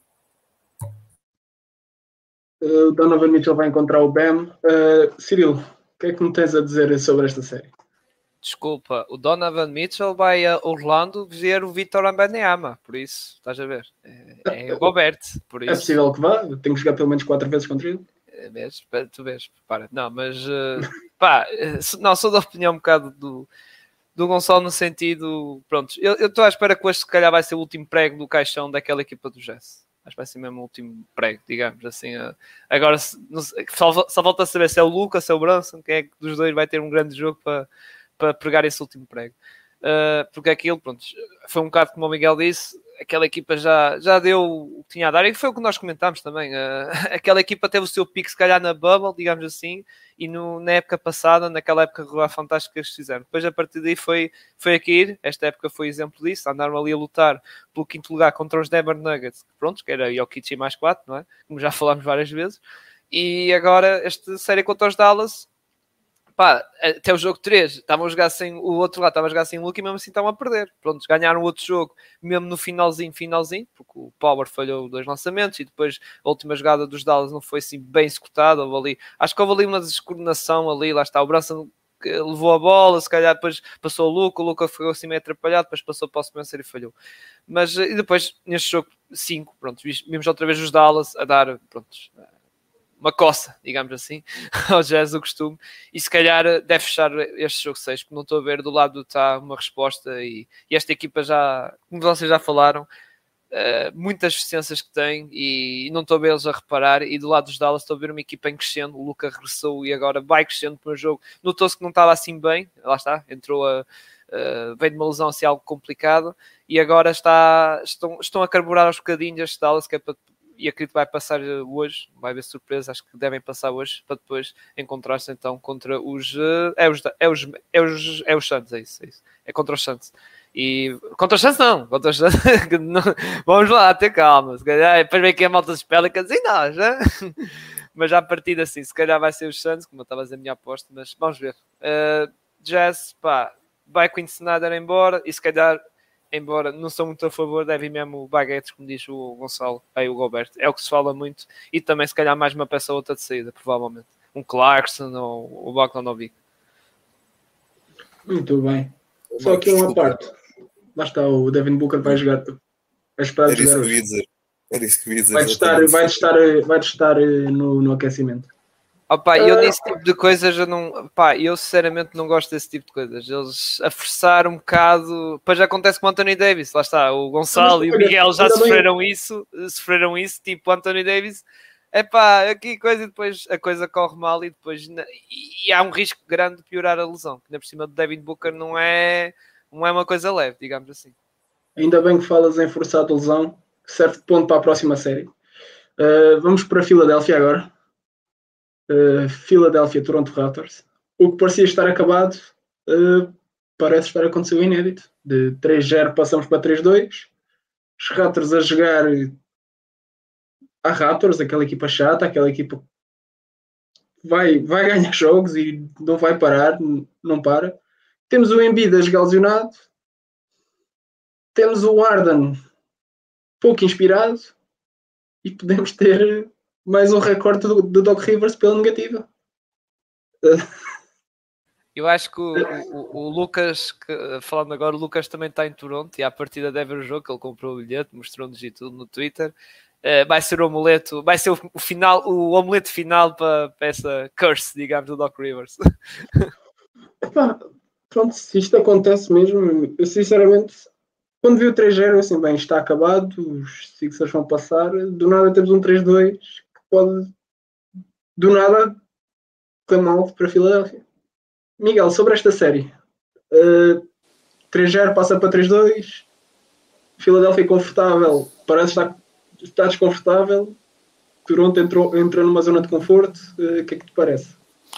O uh, Donovan Mitchell vai encontrar o Bam. Uh, Cirilo, o que é que me tens a dizer sobre esta série? Desculpa, o Donovan Mitchell vai a Orlando ver o Victor Wembanyama, por isso, estás a ver? É, é o Gobert, por isso. É possível que vá, tenho que jogar pelo menos quatro vezes contra ele. É, vês, tu vês, para. Não, mas uh, pá, não, sou da opinião um bocado do, do Gonçalo no sentido, pronto, eu estou à espera que hoje se calhar vai ser o último prego do caixão daquela equipa do Jazz. Acho que vai ser mesmo o último prego, digamos assim. Uh, agora, se, não, só, só volta a saber se é o Lucas, se é o Brunson, quem é que dos dois vai ter um grande jogo para para pregar esse último prego. Uh, porque aquilo, pronto, foi um bocado como o Miguel disse, aquela equipa já, já deu o que tinha a dar, e foi o que nós comentámos também. Uh, aquela equipa teve o seu pico, se calhar, na bubble, digamos assim, e no, na época passada, naquela época regular fantástica que eles fizeram. Depois, a partir daí, foi, foi a cair. Esta época foi exemplo disso. Andaram ali a lutar pelo quinto lugar contra os Denver Nuggets, pronto, que era Jokic e mais quatro, não é? Como já falámos várias vezes. E agora, esta série contra os Dallas, pá, até o jogo três, estavam a jogar sem o outro lado, estava a jogar sem o Luka e mesmo assim estavam a perder. Pronto, ganharam o outro jogo, mesmo no finalzinho, finalzinho, porque o Power falhou dois lançamentos e depois a última jogada dos Dallas não foi assim bem executada. Houve ali, acho que houve ali uma descoordenação ali, lá está, o Brunson levou a bola, se calhar depois passou o Luka, o Luka ficou assim meio atrapalhado, depois passou para o Spencer e falhou. Mas, e depois, neste jogo cinco, pronto, vimos outra vez os Dallas a dar, pronto, uma coça, digamos assim, ao Jazz do costume, e se calhar deve fechar este jogo seis, porque não estou a ver do lado está uma resposta, e, e esta equipa já, como vocês já falaram, uh, muitas deficiências que tem, e, e não estou a ver eles a reparar, e do lado dos Dallas estou a ver uma equipa em crescendo, o Luka regressou e agora vai crescendo para o jogo, notou-se que não estava assim bem, lá está, entrou a Uh, veio de uma lesão assim algo complicado, e agora está, estão, estão a carburar aos bocadinhos este Dallas, que é para, e acredito que vai passar hoje, vai haver surpresa, acho que devem passar hoje, para depois encontrar-se então contra os uh, é os, é os, é os, é os Santos, é isso, é isso, é contra os Santos, e contra os Santos não, contra os Santos, não, vamos lá, ter calma, se calhar, depois vem aqui a malta dos Pelicans e nós, hein? Mas já a partir assim, se calhar vai ser os Santos, como eu estava a dizer a minha aposta, mas vamos ver. uh, Jazz, pá, vai com o Snyder embora, e se calhar, embora não sou muito a favor, deve ir mesmo o Baguetes, como diz o Gonçalo, aí o Gobert. É o que se fala muito, e também se calhar mais uma peça ou outra de saída, provavelmente. Um Clarkson ou o Bogdanovic. Muito bem. Só aqui uma parte. Lá está, o Devin Booker vai jogar. Vai esperar Era isso jogar que eu ia dizer. Era isso que eu ia dizer. Vai estar, vai estar, vai estar no, no aquecimento. Opa, eu nesse tipo de coisas eu não, pá, eu sinceramente não gosto desse tipo de coisas. Eles a forçar um bocado, depois já acontece com o Anthony Davis, lá está, o Gonçalo mas, e o Miguel já sofreram bem. isso, sofreram isso, tipo o Anthony Davis, é pá, aqui coisa e depois a coisa corre mal e depois e, e há um risco grande de piorar a lesão, que na por cima do Devin Booker não é, não é uma coisa leve, digamos assim. Ainda bem que falas em forçar a lesão, serve de ponto para a próxima série. Uh, vamos para a Filadélfia agora. Uh, Philadelphia, Toronto Raptors. O que parecia estar acabado uh, parece estar a acontecer o inédito. De três zero passamos para três dois. Os Raptors a jogar a Raptors, aquela equipa chata, aquela equipa vai, vai ganhar jogos e não vai parar, não para. Temos o Embiid a jogar lesionado. Temos o Harden pouco inspirado e podemos ter mais um recorde do, do Doc Rivers pela negativa. Eu acho que o, o, o Lucas, que, falando agora, o Lucas também está em Toronto e à partida deve ver o jogo, que ele comprou o bilhete, mostrou-nos e tudo no Twitter. Uh, vai ser o amuleto, vai ser o, o final, o amuleto final para, para essa curse, digamos, do Doc Rivers. Epá, pronto, se isto acontece mesmo, eu sinceramente, quando vi o três zero, assim, bem, está acabado, os Sixers vão passar, do nada temos um três dois que pode, do nada, correr mal para a Filadélfia. Miguel, sobre esta série, uh, três zero passa para três dois, Filadélfia confortável, parece estar, estar desconfortável, Toronto entrou, entrou numa zona de conforto, uh, o que é que te parece?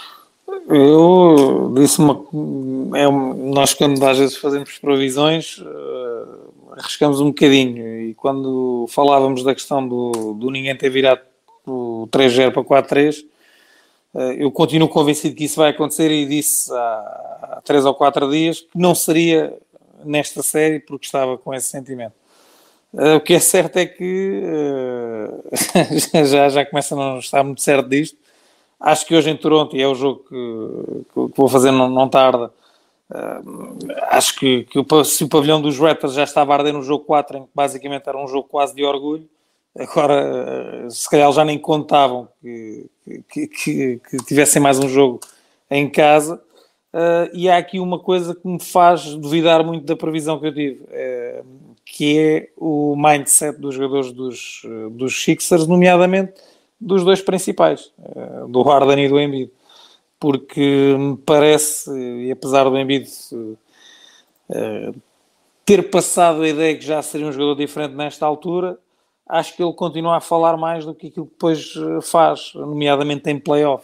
Eu disse uma. É, nós, quando às vezes fazemos previsões, uh, arriscamos um bocadinho. E quando falávamos da questão do, do ninguém ter virado o o três zero para quatro três. Eu continuo convencido que isso vai acontecer e disse há três ou quatro dias que não seria nesta série porque estava com esse sentimento. O que é certo é que já, já começa a não estar muito certo disto. Acho que hoje em Toronto, e é o jogo que, que vou fazer não, não tarda, acho que, que se o pavilhão dos Raptors já estava a arder no jogo quatro, em que basicamente era um jogo quase de orgulho, agora se calhar já nem contavam que, que, que, que tivessem mais um jogo em casa. Uh, e há aqui uma coisa que me faz duvidar muito da previsão que eu tive, uh, que é o mindset dos jogadores dos, uh, dos Sixers, nomeadamente dos dois principais, uh, do Harden e do Embiid, porque me parece, e apesar do Embiid uh, uh, ter passado a ideia que já seria um jogador diferente nesta altura, acho que ele continua a falar mais do que aquilo que depois faz, nomeadamente em playoff.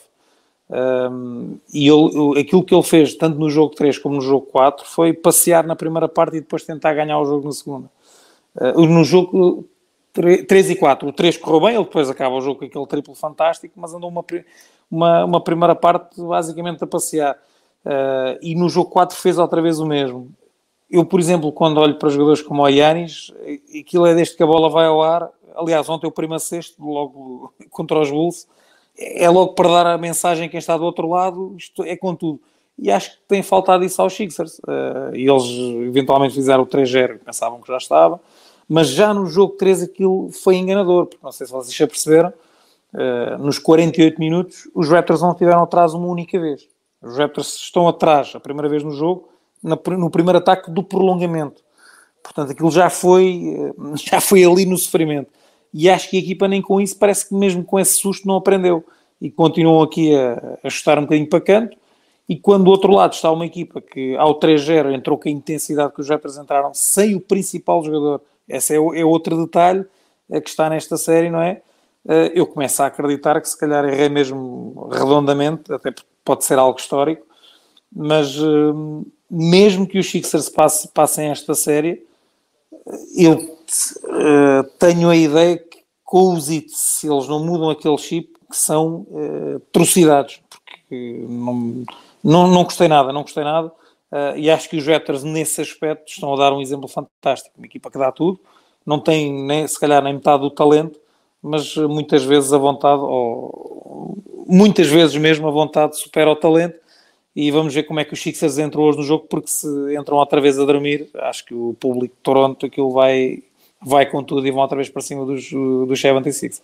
Um, e ele, aquilo que ele fez, tanto no jogo três como no jogo quatro, foi passear na primeira parte e depois tentar ganhar o jogo na segunda. Uh, no jogo três e quatro, o três correu bem, ele depois acaba o jogo com aquele triplo fantástico, mas andou uma, uma, uma primeira parte basicamente a passear. Uh, e no jogo quatro fez outra vez o mesmo. Eu, por exemplo, quando olho para jogadores como o Giannis, aquilo é desde que a bola vai ao ar. Aliás, ontem o primo a sexto, logo contra os Bulls, é logo para dar a mensagem a quem está do outro lado, isto é com tudo. E acho que tem faltado isso aos Sixers. Uh, e eles eventualmente fizeram o três zero, pensavam que já estava, mas já no jogo três aquilo foi enganador, porque não sei se vocês já perceberam, uh, nos quarenta e oito minutos os Raptors não tiveram atrás uma única vez. Os Raptors estão atrás a primeira vez no jogo, no primeiro ataque do prolongamento. Portanto, aquilo já foi, já foi ali no sofrimento. E acho que a equipa nem com isso, parece que mesmo com esse susto não aprendeu. E continuam aqui a, a chutar um bocadinho para canto. E quando do outro lado está uma equipa que ao três zero entrou com a intensidade que os Raptors entraram, sem o principal jogador. Esse é, é outro detalhe que está nesta série, não é? Eu começo a acreditar que se calhar errei mesmo redondamente, até porque pode ser algo histórico, mas mesmo que os Sixers passem esta série, eu uh, tenho a ideia que com os hits, se eles não mudam aquele chip, que são uh, atrocidades, porque não, não, não gostei nada, não gostei nada, uh, e acho que os Raptors nesse aspecto estão a dar um exemplo fantástico, uma equipa que dá tudo, não tem nem, se calhar nem metade do talento, mas muitas vezes a vontade, ou muitas vezes mesmo a vontade supera o talento. E vamos ver como é que os Sixers entram hoje no jogo, porque se entram outra vez a dormir, acho que o público de Toronto aquilo vai, vai com tudo e vão outra vez para cima dos, dos setenta e seis.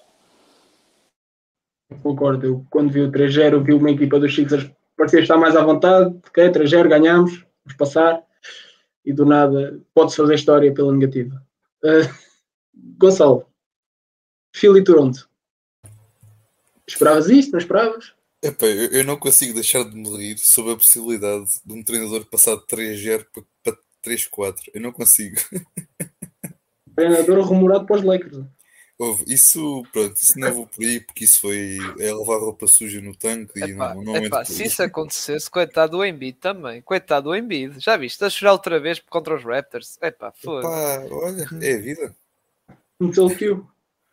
Concordo, eu quando vi o três zero vi uma equipa dos Sixers parecia estar mais à vontade, ok, três zero, ganhamos, vamos passar, e do nada pode-se fazer história pela negativa. Uh, Gonçalo, Philly e Toronto. Esperavas isto, não esperavas? Epá, eu, eu não consigo deixar de me rir sobre a possibilidade de um treinador passar de três zero para, para três quatro. Eu não consigo. Treinador rumorado para os Lakers. Houve, isso, pronto, isso não vou por aí, porque isso foi é levar roupa suja no tanque e epá, não, não epá, se isso acontecesse, coitado do Embiid também. Coitado do Embiid. Já viste? A chorar outra vez contra os Raptors. Epá, foda. Epá, olha, é a vida. Então, Q.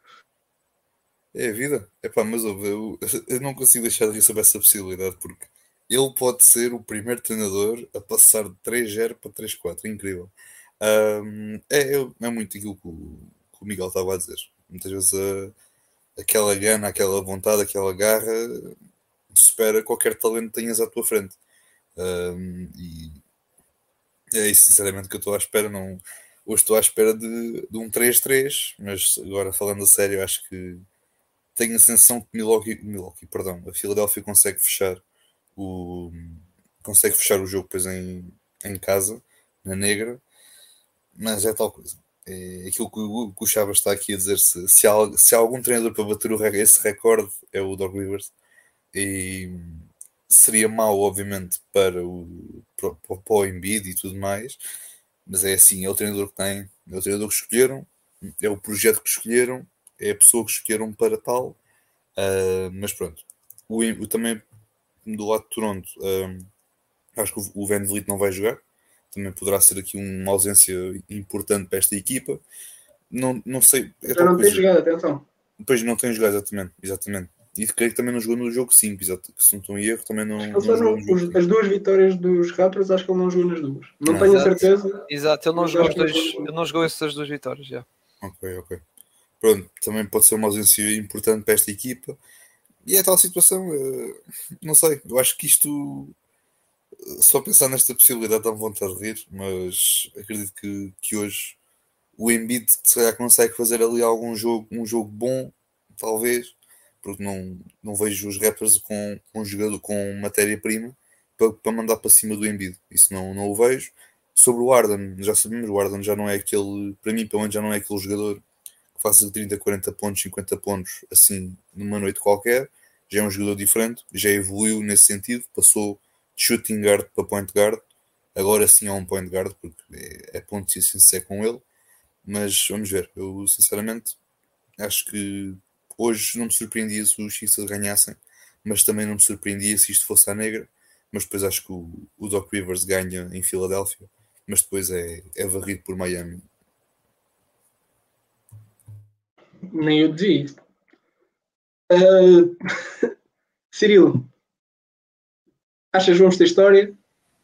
É a vida. Epá, mas ouve, eu, eu não consigo deixar de rir sobre essa possibilidade, porque ele pode ser o primeiro treinador a passar de três zero para três quatro. É incrível. Um, é, é muito aquilo que o, que o Miguel estava a dizer. Muitas vezes a, aquela gana, aquela vontade, aquela garra supera qualquer talento que tenhas à tua frente. Um, e é isso, sinceramente, que eu estou à espera. Não, hoje estou à espera de, de um três três, mas agora falando a sério, acho que tenho a sensação que Milwaukee, Milwaukee, perdão, a Filadélfia consegue fechar o consegue fechar o jogo depois em, em casa, na negra, mas é tal coisa. É aquilo que o, que o Chavas está aqui a dizer, se, se, há, se há algum treinador para bater o, esse recorde é o Doc Rivers, e seria mau obviamente para o, para, para o Embiid e tudo mais, mas é assim, é o treinador que tem, é o treinador que escolheram, é o projeto que escolheram, é a pessoa que escolheram para tal, uh, mas pronto. O, o, também do lado de Toronto, uh, acho que o, o Van Vliet não vai jogar, também poderá ser aqui uma ausência importante para esta equipa. Não, não sei. É Já não tem jogado, atenção. Depois não tem jogado, exatamente. exatamente. E creio que também não jogou no jogo cinco, exato, que se não estou em erro, também não, não jogou no jogo As duas vitórias dos Raptors, acho que ele não jogou nas duas. Não, não. tenho Exato. a certeza. Exato, ele não jogou, dois, ele não jogou essas duas vitórias, já. Ok, ok. Pronto, também pode ser uma ausência importante para esta equipa. E é tal situação, não sei, eu acho que isto, só pensar nesta possibilidade dá-me vontade de rir, mas acredito que, que hoje o Embiid se calhar consegue fazer ali algum jogo, um jogo bom, talvez, porque não, não vejo os Raptors com, com um jogador com matéria-prima para, para mandar para cima do Embiid. Isso não, não o vejo. Sobre o Harden, já sabemos, o Harden já não é aquele, para mim pelo menos já não é aquele jogador que faz trinta, quarenta pontos, cinquenta pontos assim numa noite qualquer. Já é um jogador diferente, já evoluiu nesse sentido, passou de shooting guard para point guard. Agora sim é um point guard, porque é, é ponto de ser com ele. Mas vamos ver, eu sinceramente acho que hoje não me surpreendia se os Sixers ganhassem, mas também não me surpreendia se isto fosse à negra. Mas depois acho que o, o Doc Rivers ganha em Filadélfia, mas depois é, é varrido por Miami. Nem eu dizia isso. Uh... Cirilo, achas que vamos ter história?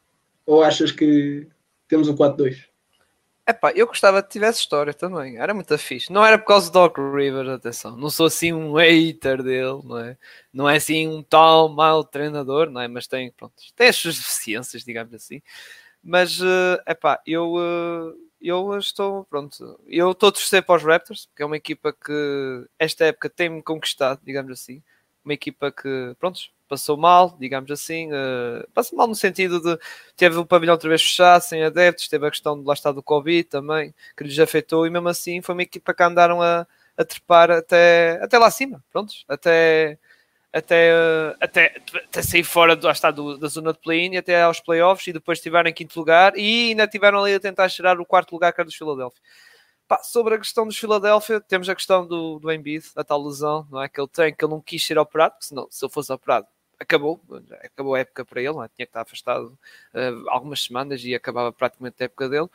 Ou achas que temos o quatro dois? Epá, eu gostava que tivesse história também. Era muito fixe. Não era por causa do Doc Rivers, atenção. Não sou assim um hater dele, não é? Não é assim um tal mau treinador, não é? Mas tem, pronto, tem as suas deficiências, digamos assim. Mas, uh, epá, eu, uh, eu estou, pronto, eu estou a torcer para os Raptors, que é uma equipa que esta época tem-me conquistado, digamos assim. Uma equipa que, pronto, passou mal, digamos assim, uh, passou mal no sentido de teve o pavilhão outra vez fechado, sem adeptos, teve a questão de lá estar do Covid também, que lhes afetou, e mesmo assim foi uma equipa que andaram a, a trepar até, até lá acima, prontos, até, até, uh, até, até sair fora do, está, do, da zona de play-in, até aos playoffs, e depois estiveram em quinto lugar, e ainda tiveram ali a tentar cheirar o quarto lugar, que era dos Philadelphia. Pá, sobre a questão dos Philadelphia, temos a questão do, do Embiid, a tal lesão, não é? Que ele tem, que ele não quis ser operado, porque senão, se ele fosse operado, acabou, acabou a época para ele, não é? Tinha que estar afastado uh, algumas semanas e acabava praticamente a época dele.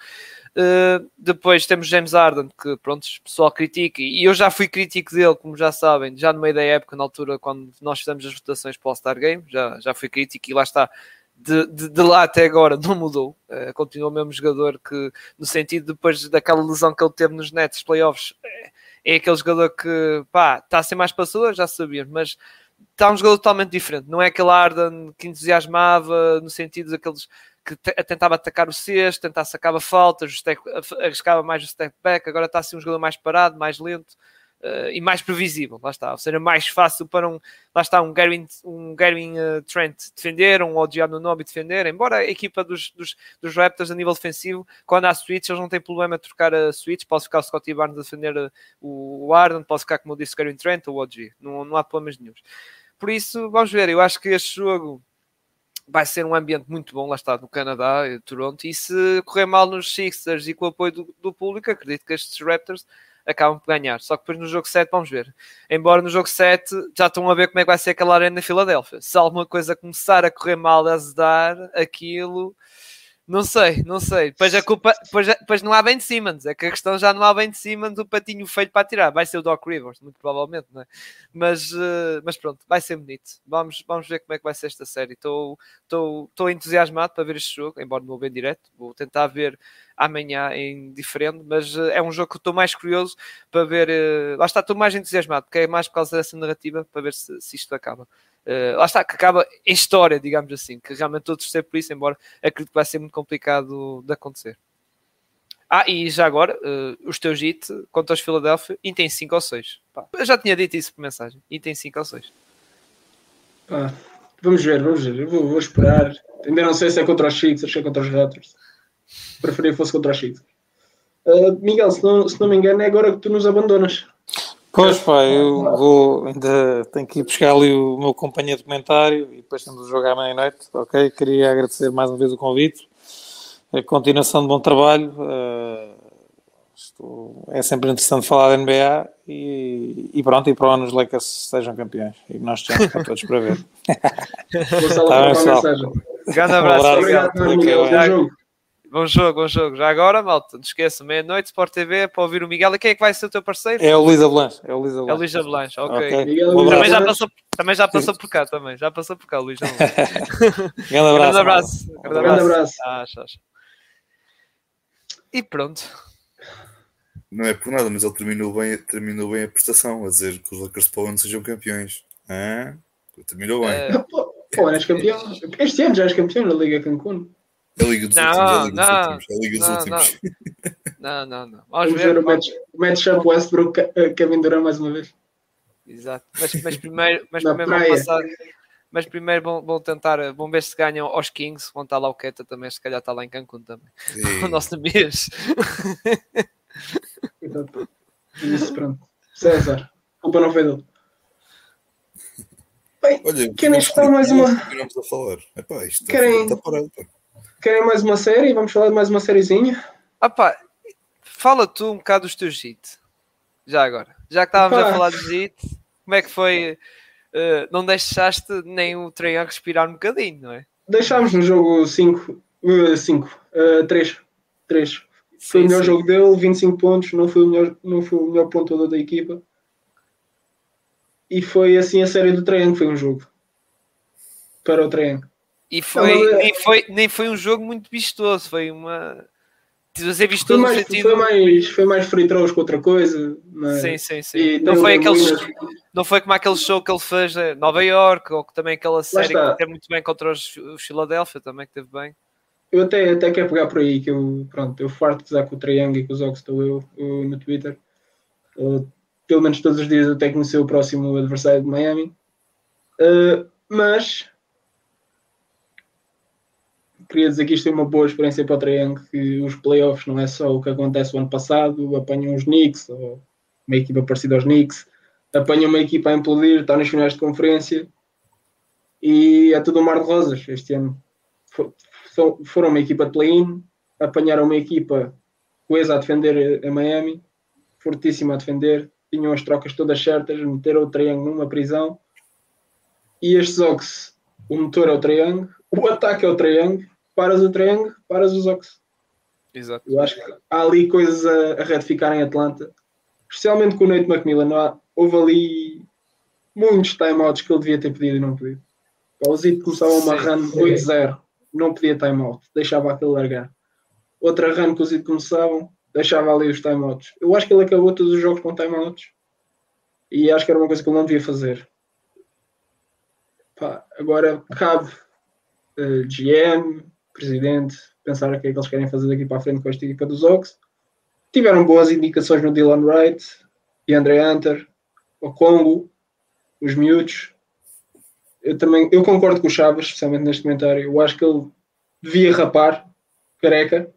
Uh, depois temos James Harden, que pronto, o pessoal critica, e eu já fui crítico dele, como já sabem, já no meio da época, na altura, quando nós fizemos as votações para o All-Star Game, já, já fui crítico e lá está. De, de, de lá até agora não mudou, uh, continua o mesmo jogador que, no sentido, depois daquela lesão que ele teve nos Nets playoffs, é, é aquele jogador que, pá, está a ser mais passador, já sabíamos, mas está um jogador totalmente diferente, não é aquele Harden que entusiasmava, no sentido daqueles que te, tentava atacar o cesto, tentava sacar faltas, arriscava mais o step back, agora está a ser um jogador mais parado, mais lento, Uh, e mais previsível, lá está, ou seja, mais fácil para um, lá está, um Gary, um Gary uh, Trent defender, um O G Anunoby defender, embora a equipa dos, dos, dos Raptors a nível defensivo, quando há switch, eles não têm problema em trocar a switch, pode ficar o Scottie Barnes a defender uh, o Harden, pode ficar, como eu disse, o Gary Trent ou o O G, não, não há problemas nenhum. Por isso, vamos ver, eu acho que este jogo vai ser um ambiente muito bom, lá está, no Canadá, Toronto, e se correr mal nos Sixers e com o apoio do, do público, acredito que estes Raptors acabam por ganhar. Só que depois no jogo sete vamos ver. Embora no jogo sete já estão a ver como é que vai ser aquela arena em Filadélfia. Se alguma coisa começar a correr mal, a azedar, aquilo... Não sei, não sei. Depois, a culpa, depois, depois não há Ben Simmons. É que a questão já não há Ben Simmons, o patinho feio para tirar. Vai ser o Doc Rivers, muito provavelmente, não é? Mas, uh, mas pronto, vai ser bonito. Vamos, vamos ver como é que vai ser esta série. Estou entusiasmado para ver este jogo, embora não o ver em direto. Vou tentar ver amanhã em diferente, mas uh, é um jogo que estou mais curioso para ver. Uh, lá está, estou mais entusiasmado, porque é mais por causa dessa narrativa, para ver se, se isto acaba. Uh, lá está, que acaba em história, digamos assim, que realmente estou a torcer por isso, embora acredito que vai ser muito complicado de acontecer. Ah, e já agora, uh, os teus hits contra os Philadelphia, e tem cinco ou seis. Pá, eu já tinha dito isso por mensagem, e tem cinco ou seis. Ah, vamos ver, vamos ver, eu vou, vou esperar. Ainda não sei se é contra os Sixers, se é contra os Raptors. Preferia que fosse contra os Sixers. Uh, Miguel, se não, se não me engano, é agora que tu nos abandonas. Pois pá, eu vou, ainda tenho que ir buscar ali o meu companheiro de comentário e depois temos o jogo à meia-noite, ok? Queria agradecer mais uma vez o convite, a continuação de bom trabalho, uh, estou, é sempre interessante falar da N B A e, e pronto, e para o ano os Lakers sejam campeões e nós estamos para todos para ver. Gonçalo, tá bem, pessoal. Grande abraço, um abraço, obrigado, obrigado, obrigado. bom jogo, bom jogo. Já agora, malta, não esqueça, meia-noite, Sport T V, para ouvir o Miguel. E quem é que vai ser o teu parceiro? É o Luís Avalanche. É o Luís É o Avalanche. Luís Avalanche, ok. Ok. Miguel Um Luís Também já, Avalanche. passou, também já passou por cá, também. Já passou por cá, Luís Avalanche. Grande abraço. Grande abraço. malta. Grande Grande abraço. abraço. Ah, acho, acho. E pronto. Não é por nada, mas ele terminou bem, terminou bem a prestação, a dizer que os Lakers para o ano sejam campeões. Hã? Terminou bem. É, Pô, pô, és campeão. Este ano já és campeão na Liga Cancún. É a Liga dos Não, Últimos, é a Liga dos não, Últimos, é a Liga dos não, Últimos. não, não, não. Vamos Vamos ver. ver o vamos- match- o matchup Westbrook eh, Kevin Durant mais uma vez. Exato. Mas, mas primeiro, mas Na primeiro vão praia. passar. Mas primeiro vão, vão tentar, vão ver se ganham aos Kings. Vão estar lá o Keta também, se calhar está lá em Cancún também. E- O nosso mês. Exato. Isso, pronto. César, a culpa não foi dele. Bem, Olha, querem escutar mais uma. Continuamos a falar. Epá, isto Querem- está parado. Pá. Querem mais uma série? Vamos falar de mais uma sériezinha? Ah pá, fala tu um bocado dos teus hits. Já agora. Já que estávamos Pá. a falar de hits, como é que foi? eh, não deixaste nem o Trae Young respirar um bocadinho, não é? Deixámos no jogo cinco, cinco, três. três. Foi Sim, o melhor sim. jogo dele, vinte e cinco pontos, não foi o melhor, não foi o melhor pontuador da equipa. E foi assim a série do Trae, foi um jogo. Para o Trae. E foi, Não, mas- nem, foi, nem foi um jogo muito vistoso, foi uma. Se você Foi vistoso no mais, sentido. foi mais, foi mais free throws que outra coisa. Mas... Sim, sim, sim. E Não tem foi, o aqueles, Williams. não foi como aquele show que ele fez em Nova York, ou que também aquela série está. que teve muito bem contra os, os Philadelphia, também que teve bem. Eu até, até quero pegar por aí, que eu, pronto, eu farto de usar com o Trae Young e com os Ox estou eu, eu no Twitter. Uh, pelo menos todos os dias eu tenho que conhecer o próximo adversário de Miami. Uh, mas queria dizer que isto é uma boa experiência para o Trae Young, que os playoffs não é só o que acontece o ano passado, apanham os Knicks, ou uma equipa parecida aos Knicks, apanham uma equipa a implodir, está nas finais de conferência, e é tudo um mar de rosas este ano. Foram uma equipa de play-in, apanharam uma equipa coesa a defender a Miami, fortíssima a defender, tinham as trocas todas certas, meteram o Trae Young numa prisão, e estes Ox, o motor é o Trae Young, o ataque é o Trae Young, paras o Trae Young, paras os Ox. Exato. Eu acho que há ali coisas a, a retificar em Atlanta, especialmente com o Nate McMillan. Não há, houve ali muitos timeouts que ele devia ter pedido e não pediu. O Zito começava uma Sim. run oito zero, não pedia timeout, deixava aquele largar. Outra run que o Zito começavam, deixava ali os timeouts. Eu acho que ele acabou todos os jogos com timeouts e acho que era uma coisa que ele não devia fazer. Pá, agora cabe uh, G M, presidente, pensar o que é que eles querem fazer daqui para a frente com esta equipa dos Ox. Tiveram boas indicações no Dylan Wright e Andre Hunter, o Congo, os miúdos. Eu também eu concordo com o Chaves, especialmente neste comentário. Eu acho que ele devia rapar, careca.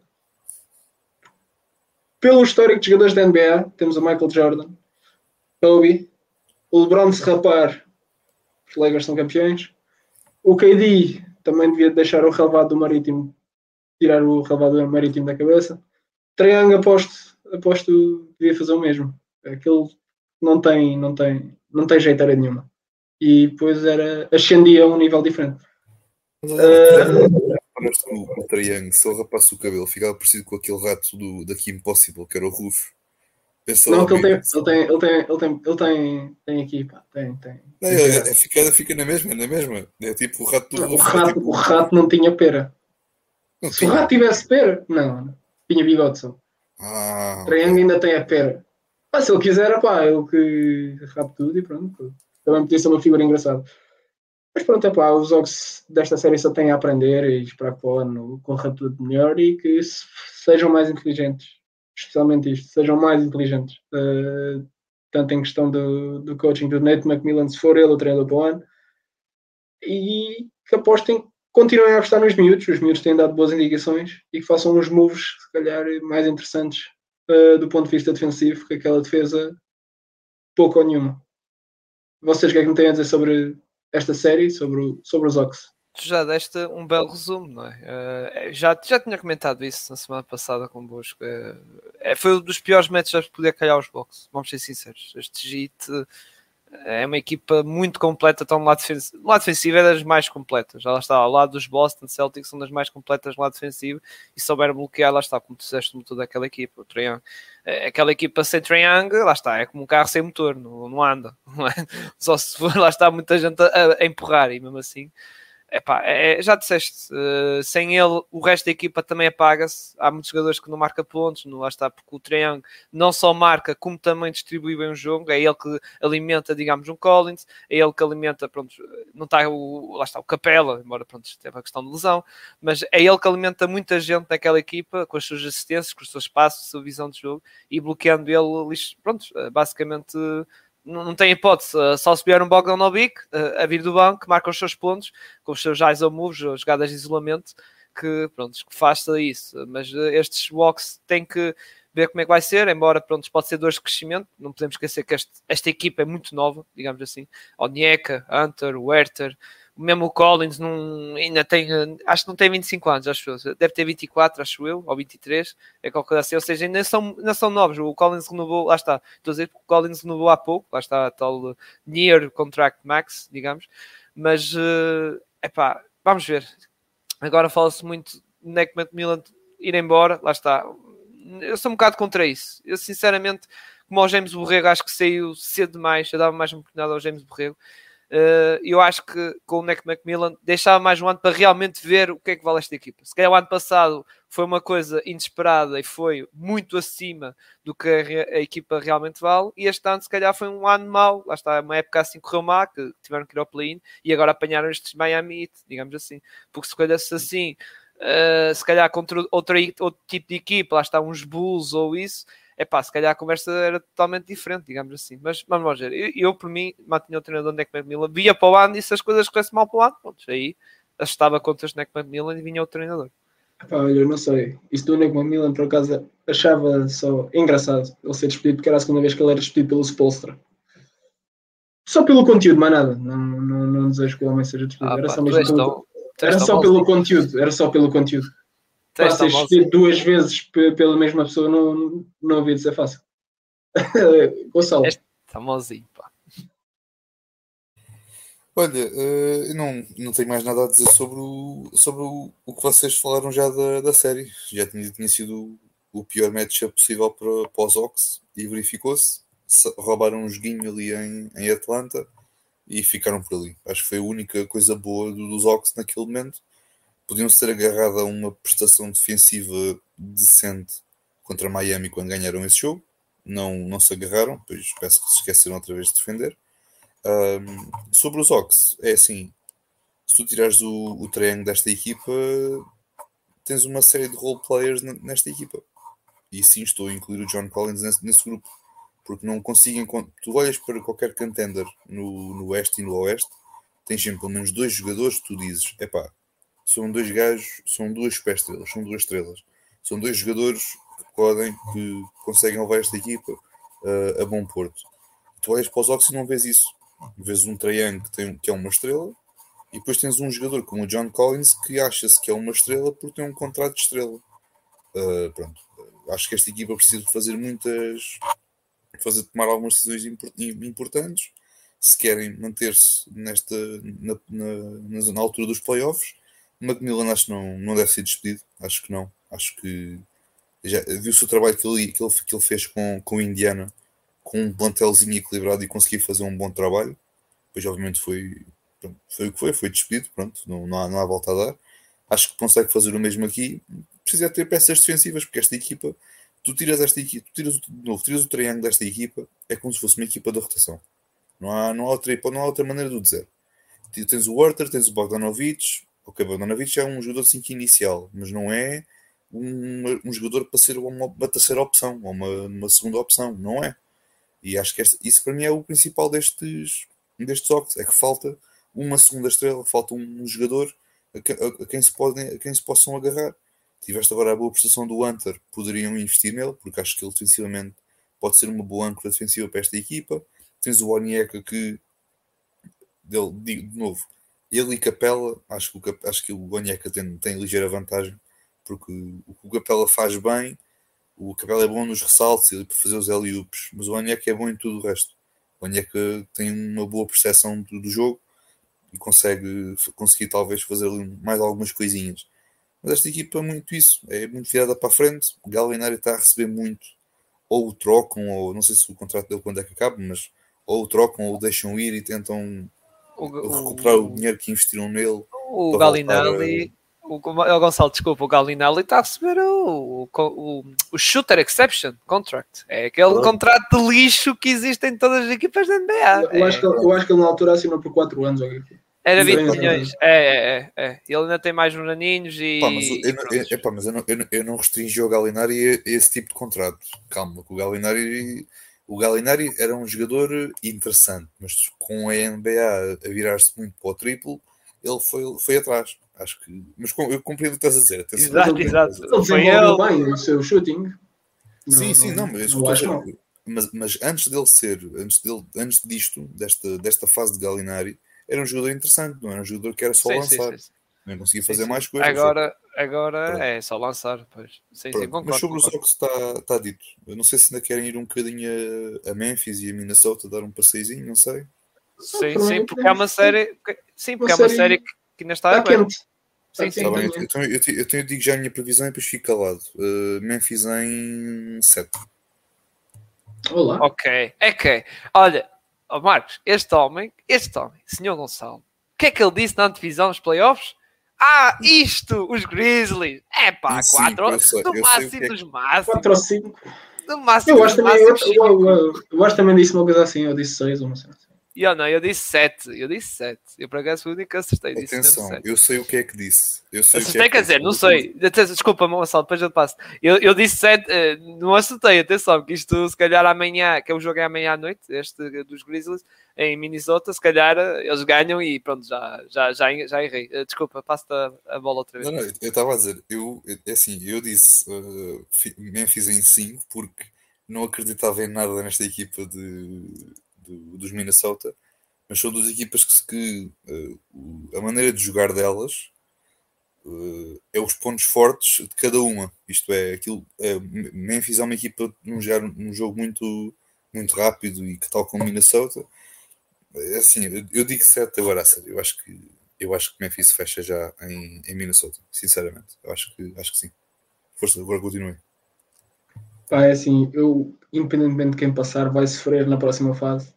Pelo histórico de jogadores da N B A, temos o Michael Jordan, Kobe, o LeBron se rapar, os Lakers são campeões. O K D também devia deixar o relevado do Marítimo, tirar o relevado do Marítimo da cabeça. Trae Young, aposto, aposto devia fazer o mesmo. Aquele não tem, não tem, não tem jeiteira nenhuma. E depois era, ascendia a um nível diferente. Uh, Parece que o, o Trae Young, se ele rapasse o cabelo, ficava parecido com aquele rato do, da Kim Possible, que era o Rufo. Pensa não, lá que ele tem, mesmo. ele tem, ele tem, ele tem, ele tem, tem aqui, pá, tem, tem. Não, tem é, é, fica, fica na mesma, na mesma. É tipo o rato do não, o, Rufo. rato, é tipo, o rato não tinha pera. não Se tinha. o rato tivesse pera, não, não. Tinha bigode só. Ah, O Trae Young ainda tem a pera. Ah, se ele quiser, pá, ele que rape tudo e pronto. Também podia ser uma figura engraçada. Mas pronto, é pá, os jogos desta série só têm a aprender e esperar que o ano corra tudo melhor e que se, sejam mais inteligentes. Especialmente isto, sejam mais inteligentes. Uh, tanto em questão do, do coaching do Nate McMillan, se for ele o treinador para o ano. E que apostem, continuem a apostar nos miúdos. Os miúdos têm dado boas indicações e que façam uns moves, se calhar, mais interessantes uh, do ponto de vista defensivo, que aquela defesa pouco ou nenhuma. Vocês o que é que me têm a dizer sobre esta série, sobre, o, sobre os Ox? Tu já deste um belo resumo, não é? Uh, já, já tinha comentado isso na semana passada convosco. Uh, foi um dos piores matchups que podia calhar aos Bucks, vamos ser sinceros. Este Heat, uh, É uma equipa muito completa, tão no lado defensivo. No lado defensivo é das mais completas. Já lá está, ao lado dos Boston Celtics, são das mais completas no lado defensivo e souberam bloquear, lá está, como tu disseste, o motor daquela equipa, o Trae Young. Aquela equipa sem Trae Young, lá está, é como um carro sem motor, não, não anda. Não é? Só se for, lá está, muita gente a, a empurrar e mesmo assim. Epá, é, já disseste, uh, sem ele o resto da equipa também apaga-se. Há muitos jogadores que não marcam pontos, não, lá está, porque o Trae Young não só marca, como também distribui bem o jogo. É ele que alimenta, digamos, um Collins, é ele que alimenta, pronto, não está o, lá está, o Capela, embora pronto, teve a questão de lesão, mas é ele que alimenta muita gente naquela equipa, com as suas assistências, com os seus passos, a sua visão de jogo, e bloqueando ele, pronto, basicamente... Não tem hipótese, só se vier um Bogdanovic a vir do banco, que marca os seus pontos, com os seus I S O moves, as jogadas de isolamento, que, pronto, que faça isso. Mas estes walks têm que ver como é que vai ser, embora, pronto, pode ser dores de crescimento, não podemos esquecer que este, esta equipa é muito nova, digamos assim. Onyeka, Hunter, Werther, mesmo o Collins não, ainda tem, acho que não tem vinte e cinco anos, acho eu, deve ter vinte e quatro, acho eu, ou vinte e três, é qualquer coisa assim, ou seja, ainda são, ainda são novos. O Collins renovou, lá está, estou a dizer que o Collins renovou há pouco, lá está a tal near contract max, digamos, mas, uh, epá, vamos ver. Agora fala-se muito de Nate McMillan ir embora, lá está. Eu sou um bocado contra isso. Eu, sinceramente, como ao James Borrego, acho que saiu cedo demais, eu dava mais uma oportunidade ao James Borrego. Uh, eu acho que com o Nate McMillan deixava mais um ano para realmente ver o que é que vale esta equipa. Se calhar o ano passado foi uma coisa inesperada e foi muito acima do que a, a equipa realmente vale, e este ano se calhar foi um ano mau, lá está, uma época assim correu má, que tiveram que ir ao play-in e agora apanharam estes Miami Heat, digamos assim, porque se calhar-se assim, uh, se calhar contra outro, outro tipo de equipa, lá está uns Bulls ou isso, é pá, se calhar a conversa era totalmente diferente, digamos assim. Mas vamos ver, eu, eu por mim mantinha o treinador Nate McMillan, via para o ano e se as coisas corressem mal para o ano, pronto, aí estava contra o Nate McMillan e vinha o treinador. Epá, olha, eu não sei, isso do Nate McMillan por acaso achava só engraçado ele ser despedido, porque era a segunda vez que ele era despedido pelo Spoelstra. Só pelo conteúdo, mais nada, não, não, não desejo que o homem seja despedido, ah, era pá, só mesmo tão, era só pelo conteúdo, era só pelo conteúdo. Para ser despedido duas vezes p- pela mesma pessoa não, não havia de ser fácil. Gonçalo. Está malzinho, pá. Olha, uh, eu não, não tenho mais nada a dizer sobre o, sobre o, o que vocês falaram já da, da série. Já tinha, tinha sido o pior matchup possível para, para os Hawks e verificou-se. Roubaram um joguinho ali em, em Atlanta e ficaram por ali. Acho que foi a única coisa boa do, dos Hawks naquele momento. Podiam-se ter agarrado a uma prestação defensiva decente contra Miami quando ganharam esse jogo. Não, não se agarraram, pois parece que se esqueceram outra vez de defender. Um, sobre os Hawks, é assim, se tu tirares o, o triângulo desta equipa, tens uma série de role players nesta equipa. E sim, estou a incluir o John Collins nesse, nesse grupo, porque não consigo encontrar. Tu olhas para qualquer contender no, no Oeste e no Oeste, tens sempre pelo menos dois jogadores que tu dizes, epá, são dois gajos, são duas super estrelas, são duas estrelas, são dois jogadores que podem, que conseguem levar esta equipa uh, a bom porto. Tu olhas para os Hawks e não vês isso. Vês um triângulo que, tem, que é uma estrela, e depois tens um jogador como o John Collins que acha-se que é uma estrela porque tem um contrato de estrela. Uh, pronto. Acho que esta equipa precisa de fazer muitas, fazer tomar algumas decisões importantes se querem manter-se nesta na, na, na altura dos playoffs. McMillan acho que não, não deve ser despedido, acho que não. Acho que já viu-se o trabalho que ele, que ele, que ele fez com, com o Indiana, com um plantelzinho equilibrado e conseguiu fazer um bom trabalho. Depois obviamente foi, foi o que foi, foi despedido, pronto, não, não, há, não há volta a dar. Acho que consegue fazer o mesmo aqui. Precisa ter peças defensivas, porque esta equipa, tu tiras esta equipa, tu tiras, de novo, tiras o triângulo desta equipa, é como se fosse uma equipa de rotação. Não há, não há, outra, não há outra maneira de o dizer. Tens o Werther, tens o Bogdanovic. Ok, Bogdanovic é um jogador cinco inicial, mas não é um, um jogador para ser uma, uma terceira opção, ou uma, uma segunda opção, não é? E acho que este, isso para mim é o principal destes, destes Hawks, é que falta uma segunda estrela, falta um, um jogador a, que, a, a, quem se podem, a quem se possam agarrar. Tiveste agora a boa prestação do Hunter, poderiam investir nele, porque acho que ele defensivamente pode ser uma boa âncora defensiva para esta equipa. Tens o Onyeka que, dele, de, de novo, ele e Capela, acho que o, acho que o Onyeka tem, tem ligeira vantagem, porque o que o Capela faz bem, o Capela é bom nos ressaltos e para fazer os alley-oops, mas o Onyeka é bom em tudo o resto. O Onyeka tem uma boa percepção do, do jogo e consegue conseguir talvez fazer mais algumas coisinhas. Mas esta equipa é muito isso, é muito virada para a frente. O Gallinari está a receber muito, ou o trocam, ou não sei se o contrato dele quando é que acaba, mas ou o trocam ou o deixam ir e tentam O, recuperar o, o dinheiro que investiram nele. o Gallinari, a... o, o Gonçalo, desculpa, o Gallinari está a receber o, o, o, o Shooter Exception Contract. É aquele claro. contrato de lixo que existe em todas as equipas da N B A. Eu, eu, é. acho, que, eu acho que ele na altura assinou por quatro anos. Era vinte milhões. É, é, é, é. Ele ainda tem mais uns aninhos e. Pá, mas eu, eu, eu, pá, mas eu, não, eu, eu não restringi o Gallinari a esse tipo de contrato. Calma, que o Gallinari. O Gallinari era um jogador interessante, mas com a N B A a virar-se muito para o triplo, ele foi, foi atrás. Acho que. Mas eu compreendo o que estás a dizer. Atenção, exato, exato. Ele desenvolveu bem o seu shooting. Sim, não, sim, não, não, mas, não eu estou a dizer, mas, mas antes dele ser, antes, dele, antes disto, desta, desta fase de Gallinari, era um jogador interessante, não era um jogador que era só sim, lançar. Sim, sim, sim. Não conseguia fazer sim, mais coisas. Agora, agora é só lançar. Pois. Sim, sim, concordo, mas sobre concordo. os jogos está, está dito. Eu não sei se ainda querem ir um bocadinho a, a Memphis e a Minnesota dar um passeizinho, não sei. Sim, ah, sim, porque é uma série. Sim, porque uma é uma série que, que ainda está, está quente. Sim, sim. Tá bem, então eu, eu, eu digo já a minha previsão e depois fico calado. Uh, Memphis em sete. Olá. Ok, é que, olha, oh Marcos, este homem, este homem, senhor Gonçalo, o que é que ele disse na antevisão dos playoffs? Ah, isto, os Grizzlies, é pá, quatro, no máximo dos máximos. quatro ou cinco. No máximo eu acho dos também, máximos. Eu, eu, eu, eu acho também disse uma coisa assim, eu disse seis ou uma cena assim. Eu não, eu disse sete, eu disse sete. Eu por acaso fui o único que acertei. Disse atenção, eu sei o que é que disse. Eu sei acertei, o que é quer dizer, não sei. Desculpa, Gonçalo, depois eu passo. Eu, eu disse sete, não acertei, atenção, que isto se calhar amanhã, que é o jogo é amanhã à noite, este dos Grizzlies, em Minnesota, se calhar eles ganham e pronto, já, já, já, já errei. Desculpa, passo-te a, a bola outra vez. Não, não, eu estava a dizer, eu, assim, eu disse uh, Memphis em cinco porque não acreditava em nada nesta equipa de, de, dos Minnesota. Mas são duas equipas que, que uh, a maneira de jogar delas uh, é os pontos fortes de cada uma. Isto é, aquilo, é, Memphis é uma equipa num, num jogo muito, muito rápido e que tal como Minnesota. É assim, eu, eu digo sete agora a sério. Eu acho que, eu acho que Memphis fecha já em, em Minnesota, sinceramente. Eu acho que, acho que sim. Força, agora continue. Pá, é assim, eu, independentemente de quem passar, vai sofrer na próxima fase.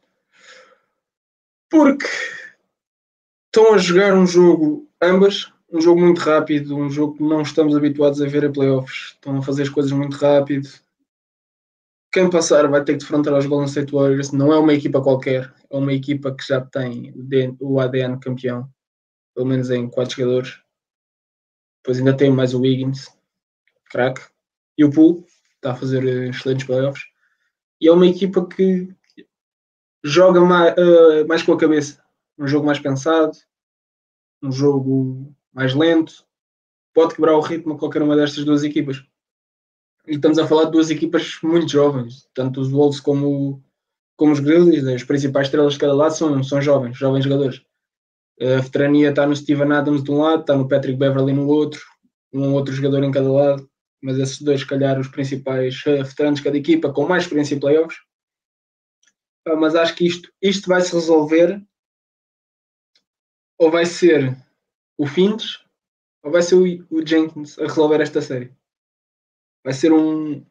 Porque estão a jogar um jogo, ambas, um jogo muito rápido, um jogo que não estamos habituados a ver em playoffs. Estão a fazer as coisas muito rápido. Quem passar vai ter que defrontar aos Golden State Warriors. Não é uma equipa qualquer, é uma equipa que já tem o A D N campeão, pelo menos em quatro jogadores. Depois ainda tem mais o Wiggins, craque, e o Poole, está a fazer excelentes playoffs. E é uma equipa que joga mais, uh, mais com a cabeça. Um jogo mais pensado, um jogo mais lento, pode quebrar o ritmo de qualquer uma destas duas equipas. E estamos a falar de duas equipas muito jovens, tanto os Wolves como, como os Grizzlies, as principais estrelas de cada lado são, são jovens, jovens jogadores. A veterania está no Steven Adams de um lado, está no Patrick Beverley no outro, um outro jogador em cada lado, mas esses dois, se calhar, os principais veteranos de cada equipa, com mais experiência em playoffs. Mas acho que isto, isto vai se resolver, ou vai ser o Finch, ou vai ser o, o Jenkins a resolver esta série. Vai ser um,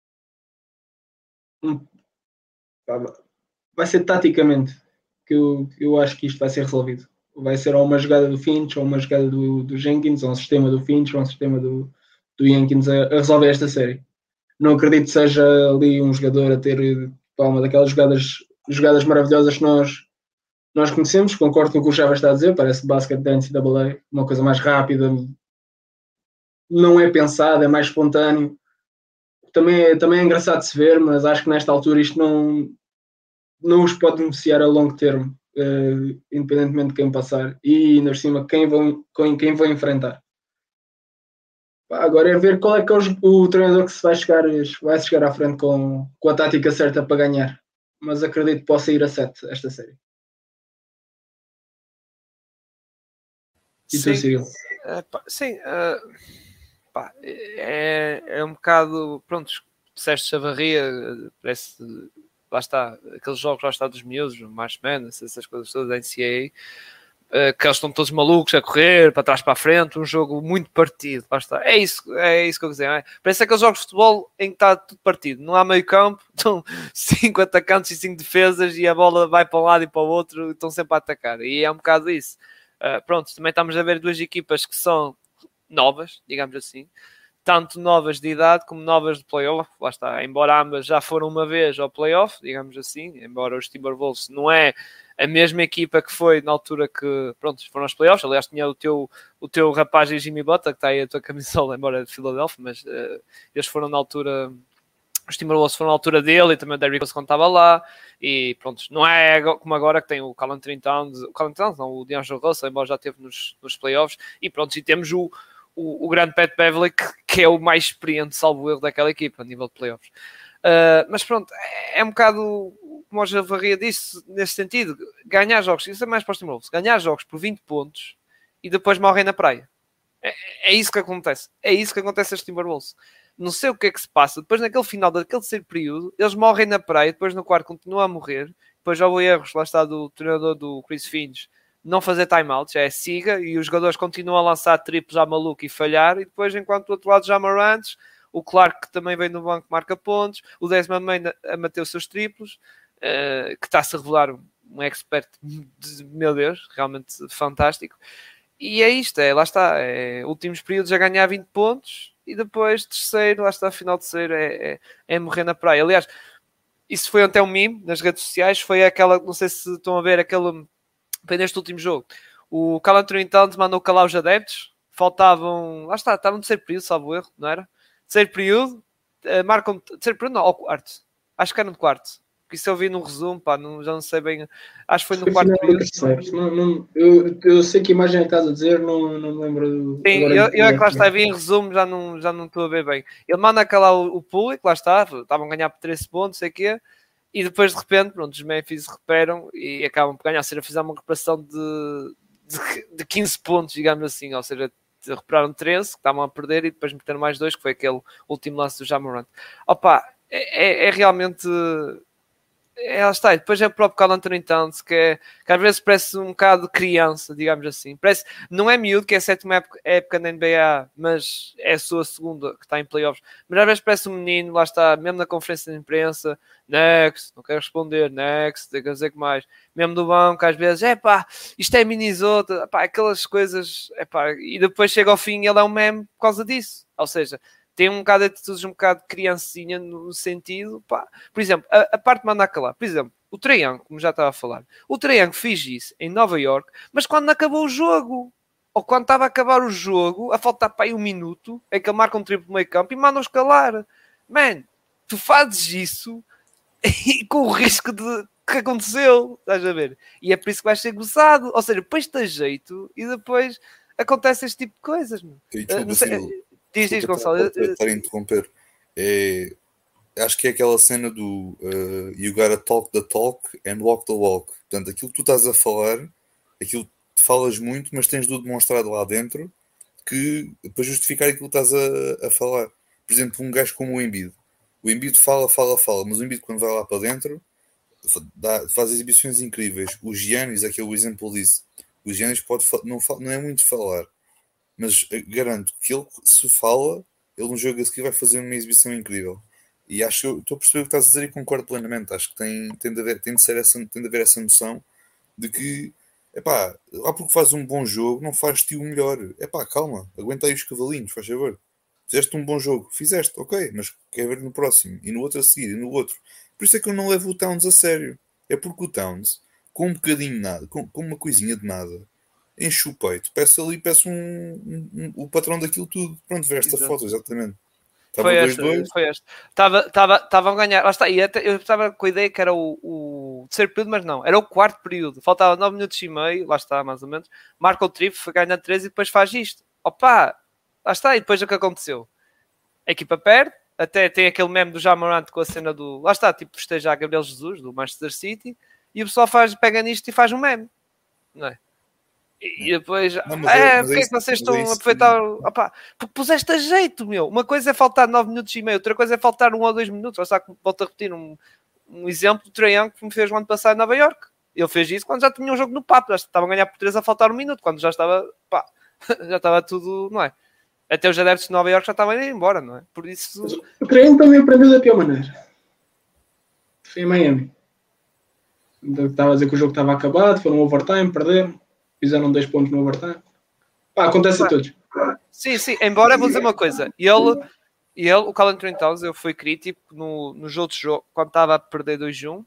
um vai ser taticamente que eu, eu acho que isto vai ser resolvido. Vai ser ou uma jogada do Finch, ou uma jogada do, do Jenkins, ou um sistema do Finch, ou um sistema do, do Jenkins a, a resolver esta série. Não acredito que seja ali um jogador a ter pá, uma daquelas jogadas, jogadas maravilhosas que nós, nós conhecemos. Concordo com o que o Chava está a dizer, parece basquete da N C A A, uma coisa mais rápida, não é pensado, é mais espontâneo. Também é, também é engraçado de se ver, mas acho que nesta altura isto não, não os pode beneficiar a longo termo, uh, independentemente de quem passar e ainda por cima quem vão, quem vão enfrentar. Pá, agora é ver qual é que é o, o treinador que se vai chegar, vai chegar à frente com, com a tática certa para ganhar, mas acredito que possa ir a sete esta série. E sim, tu, Cyril? Uh, pá, sim, uh, pá, é, é um bocado, pronto, disseste chavarria, parece lá está, aqueles jogos lá está dos miúdos, March Madness, essas coisas todas da N C A A, que eles estão todos malucos a correr para trás para a frente, um jogo muito partido, lá está. É isso, é isso que eu dizer, não é? Parece aqueles jogos de futebol em que está tudo partido, não há meio campo, estão cinco atacantes e cinco defesas e a bola vai para um lado e para o outro, estão sempre a atacar, e é um bocado isso. Uh, pronto, também estamos a ver duas equipas que são novas, digamos assim, tanto novas de idade como novas de playoff, lá está, embora ambas já foram uma vez ao playoff, digamos assim, embora os Timberwolves não é a mesma equipa que foi na altura que, pronto, foram aos playoffs, aliás tinha o teu, o teu rapaz e Jimmy Butler, que está aí a tua camisola, embora de Philadelphia, mas uh, eles foram na altura, os Timberwolves foram na altura dele e também o Derrick Rose quando estava lá, e pronto, não é como agora que tem o Karl Anthony Towns, o Karl Anthony Towns não, o D'Angelo Russell, embora já esteve nos, nos playoffs, e pronto, e temos o O, o grande Pat Beverley, que, que é o mais experiente, salvo erro, daquela equipa, a nível de playoffs. Uh, mas pronto, é, é um bocado como o Javarria disse, nesse sentido, ganhar jogos, isso é mais para os Timberwolves, ganhar jogos por vinte pontos e depois morrem na praia. É, é isso que acontece. É isso que acontece aos Timberwolves. Não sei o que é que se passa. Depois, naquele final daquele terceiro período, eles morrem na praia, depois no quarto continuam a morrer, depois já houve erros, lá está, do treinador do Chris Finch, não fazer timeouts, é siga, e os jogadores continuam a lançar triplos à maluco e falhar, e depois, enquanto do outro lado já Morant, o Clark, que também vem do banco, marca pontos, o Desmond Main a manter os seus triplos, uh, que está-se a revelar um expert, de, meu Deus, realmente fantástico. E é isto, é, lá está, é, últimos períodos a ganhar vinte pontos, e depois terceiro, lá está, final terceiro, é, é, é morrer na praia. Aliás, isso foi até um meme nas redes sociais, foi aquela, não sei se estão a ver, aquele... Foi neste último jogo. O Karl Anthony Towns mandou calar os adeptos. Faltavam... Lá está, estavam no terceiro período, salvo erro, não era? Terceiro período. Uh, marcam... Terceiro período, não, ao quarto. Acho que era no quarto. Porque isso eu vi no resumo, pá, não, já não sei bem. Acho que foi no foi quarto período. Não, não, eu, eu sei que a imagem que estás a dizer, não, não me lembro. Do, Sim, eu, eu é que lá está, vi em resumo, já não, já não estou a ver bem. Ele manda calar o, o público, lá está, estavam a ganhar por treze pontos, sei o quê. E depois, de repente, pronto, os Memphis recuperam e acabam por ganhar. Ou seja, fizeram uma recuperação de, de, de quinze pontos, digamos assim. Ou seja, recuperaram treze, que estavam a perder, e depois meteram mais dois, que foi aquele último lance do Ja Morant. Opa, é, é, é realmente... É, lá está. E depois é o próprio Karl Anthony Towns, que, é, que às vezes parece um bocado de criança, digamos assim. Parece, não é miúdo, que é a sétima época, época na N B A, mas é a sua segunda, que está em playoffs. Mas às vezes parece um menino, lá está, mesmo na conferência de imprensa, next, não quero responder, next, tem que dizer que mais. Mesmo do banco, às vezes, é pá, isto é Minnesota, pá, aquelas coisas, é pá, e depois chega ao fim e ele é um meme por causa disso. Ou seja, tem um bocado de atitudes, um bocado de criancinha no sentido, pá. Por exemplo, a, a parte de mandar calar. Por exemplo, o Trae Young, como já estava a falar, o Trae Young fez isso em Nova York, mas quando acabou o jogo, ou quando estava a acabar o jogo, a faltar para aí um minuto, é que ele marca um triplo meio campo e manda-os calar. Man, tu fazes isso e com o risco de que aconteceu, estás a ver? E é por isso que vais ser gozado. Ou seja, pões-te a jeito e depois acontece este tipo de coisas. Desculpa, não sei... Diz, diz, Gonçalo. Estar a interromper. É, acho que é aquela cena do uh, you gotta talk the talk and walk the walk. Portanto, aquilo que tu estás a falar, aquilo que falas muito, mas tens de demonstrar lá dentro que, para justificar aquilo que estás a, a falar. Por exemplo, um gajo como o Embiid. O Embiid fala, fala, fala, mas o Embiid, quando vai lá para dentro, dá, faz exibições incríveis. O Giannis é que é o exemplo disso. O Giannis pode, não, não é muito falar, mas garanto que ele, se fala, ele no jogo a seguir vai fazer uma exibição incrível. E acho que eu estou a perceber o que estás a dizer e concordo plenamente. Acho que tem, tem, de, haver, tem, de, ser essa, tem de haver essa noção de que, epá, lá porque faz um bom jogo, não faz-te o melhor. Epá, calma, aguenta aí os cavalinhos, faz favor. Fizeste um bom jogo, fizeste, ok, mas quer ver no próximo, e no outro a seguir, e no outro. Por isso é que eu não levo o Towns a sério. É porque o Towns, com um bocadinho de nada, com, com uma coisinha de nada, enche o peito, peço ali, peço um, um, um, o patrão daquilo tudo. Pronto, ver esta Exato. Foto, exatamente. Estava foi esta, dois, dois. Foi esta. Estavam a ganhar, lá está, e até, eu estava com a ideia que era o, o terceiro período, mas não, era o quarto período, faltava nove minutos e meio, lá está, mais ou menos, marca o triplo, foi ganhar três e depois faz isto. Opa, lá está, e depois o que aconteceu? A equipa perde, até tem aquele meme do Ja Morant com a cena do, lá está, tipo, festeja a Gabriel Jesus, do Manchester City, e o pessoal faz, pega nisto e faz um meme, não é? E depois, não, é, porque é, é que vocês estão é a aproveitar? Opa, porque puseste a jeito, meu. Uma coisa é faltar nove minutos e meio, outra coisa é faltar um ou dois minutos. Ou seja, volto a repetir, um, um exemplo do Trae Young que me fez o ano passado em Nova York. Ele fez isso quando já tinha um jogo no papo, já estava a ganhar por três a faltar um minuto, quando já estava, pá, já estava tudo, não é? Até os adeptos de Nova York já estavam a ir embora, não é? Por isso... O Trae Young também aprendeu da pior maneira. Foi em Miami. Estava a dizer que o jogo estava acabado, foram no overtime, perderam, fizeram dois pontos no overtime. Pá, acontece a todos. Sim, sim, embora eu vou dizer uma coisa, ele, ele o Karl Anthony Towns, eu fui crítico no, nos outros jogos, quando estava a perder dois a um,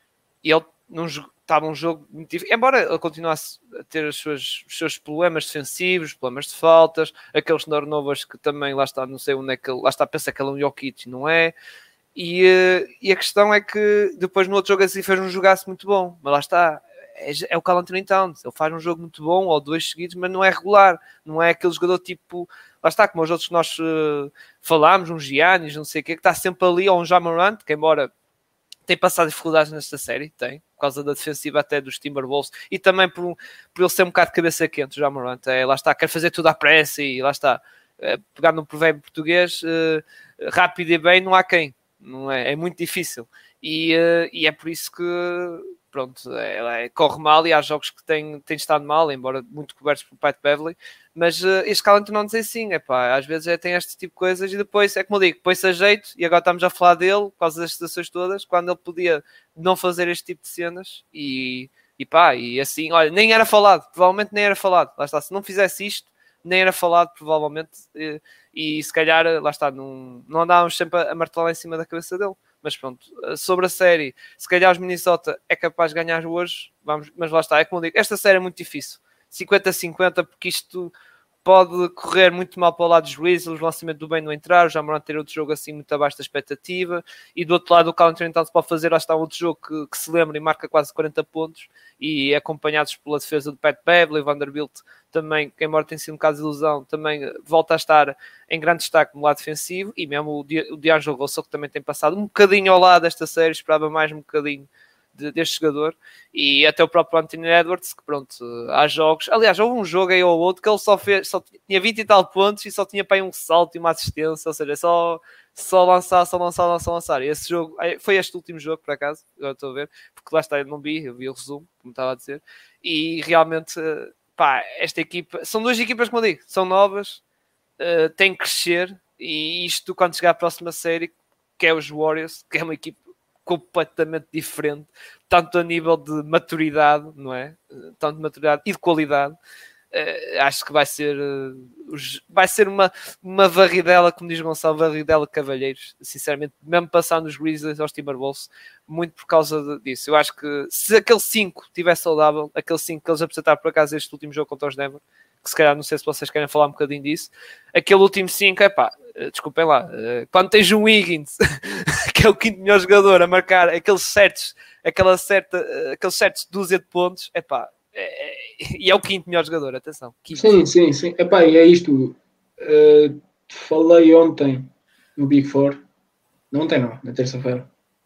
e ele não estava um jogo muito difícil, embora ele continuasse a ter os seus, os seus problemas defensivos, problemas de faltas, aqueles turnovers que também, lá está, não sei onde é que ele, lá está, pensa que ele é um Jokic, não é? E, e a questão é que depois no outro jogo assim fez um jogaço muito bom, mas lá está, é, é o Karl Anthony Towns, ele faz um jogo muito bom, ou dois seguidos, mas não é regular, não é aquele jogador tipo, lá está, como os outros que nós uh, falámos, um Giannis, não sei o que, que está sempre ali, ou um Ja Morant, que embora tem passado dificuldades nesta série, tem, por causa da defensiva até dos Timberwolves, e também por, um, por ele ser um bocado de cabeça quente, o Ja Morant, é, lá está, quer fazer tudo à pressa, e lá está, é, pegar num provérbio português, uh, rápido e bem, não há quem. Não é, é muito difícil e, uh, e é por isso que pronto, é, é, corre mal e há jogos que têm, têm estado mal, embora muito cobertos por Pat Beverly, mas uh, este Karl Anthony Towns é assim, epá, às vezes é, tem este tipo de coisas e depois, é como eu digo, põe-se a jeito e agora estamos a falar dele por causa das situações todas, quando ele podia não fazer este tipo de cenas e, e pá, e assim, olha, nem era falado, provavelmente nem era falado, lá está, se não fizesse isto nem era falado, provavelmente, e, e se calhar, lá está, não, não andávamos sempre a, a martelar em cima da cabeça dele. Mas pronto, sobre a série, se calhar os Minnesota é capaz de ganhar hoje, vamos, mas lá está, é como eu digo, esta série é muito difícil, cinquenta a cinquenta, porque isto pode correr muito mal para o lado dos Grizzlies, o lançamento do bem não entrar, o Ja Morant ter outro jogo assim muito abaixo da expectativa, e do outro lado o Karl Anthony Towns pode fazer, lá está outro jogo que, que se lembra e marca quase quarenta pontos, e acompanhados pela defesa do Pat Beverly, Vanderbilt também, que embora tenha sido um caso de ilusão, também volta a estar em grande destaque no lado defensivo, e mesmo o, Di- o D'Angelo Russell, que também tem passado um bocadinho ao lado desta série, esperava mais um bocadinho de, deste jogador, e até o próprio Anthony Edwards, que pronto, há jogos, aliás, houve um jogo aí ou outro que ele só fez, só tinha vinte e tal pontos e só tinha para aí um salto e uma assistência, ou seja, só, só lançar, só lançar, lançar, lançar, e esse jogo, foi este último jogo por acaso, agora estou a ver, porque lá está, eu não vi, eu vi o resumo, como estava a dizer, e realmente, pá, esta equipa, são duas equipas, como eu digo, são novas, uh, têm que crescer, e isto quando chegar à próxima série, que é os Warriors, que é uma equipa completamente diferente, tanto a nível de maturidade, não é? Tanto de maturidade e de qualidade. Uh, acho que vai ser uh, os, vai ser uma, uma varridela, como diz Gonçalo, varridela de cavalheiros, sinceramente, mesmo passando os Grizzlies aos Timberwolves, muito por causa de, disso. Eu acho que se aquele cinco tivesse saudável, aquele cinco que eles apresentaram por acaso este último jogo contra os Denver, que se calhar não sei se vocês querem falar um bocadinho disso, aquele último cinco, é pá, desculpem lá, quando tens um Wiggins que é o quinto melhor jogador a marcar aqueles certos, aquela certa, aqueles certos dúzia de pontos, é pá, é, é, e é o quinto melhor jogador, atenção. Quinto. Sim, sim, sim. Epá, e é isto. Uh, falei ontem no Big Four, não ontem não, na terça-feira,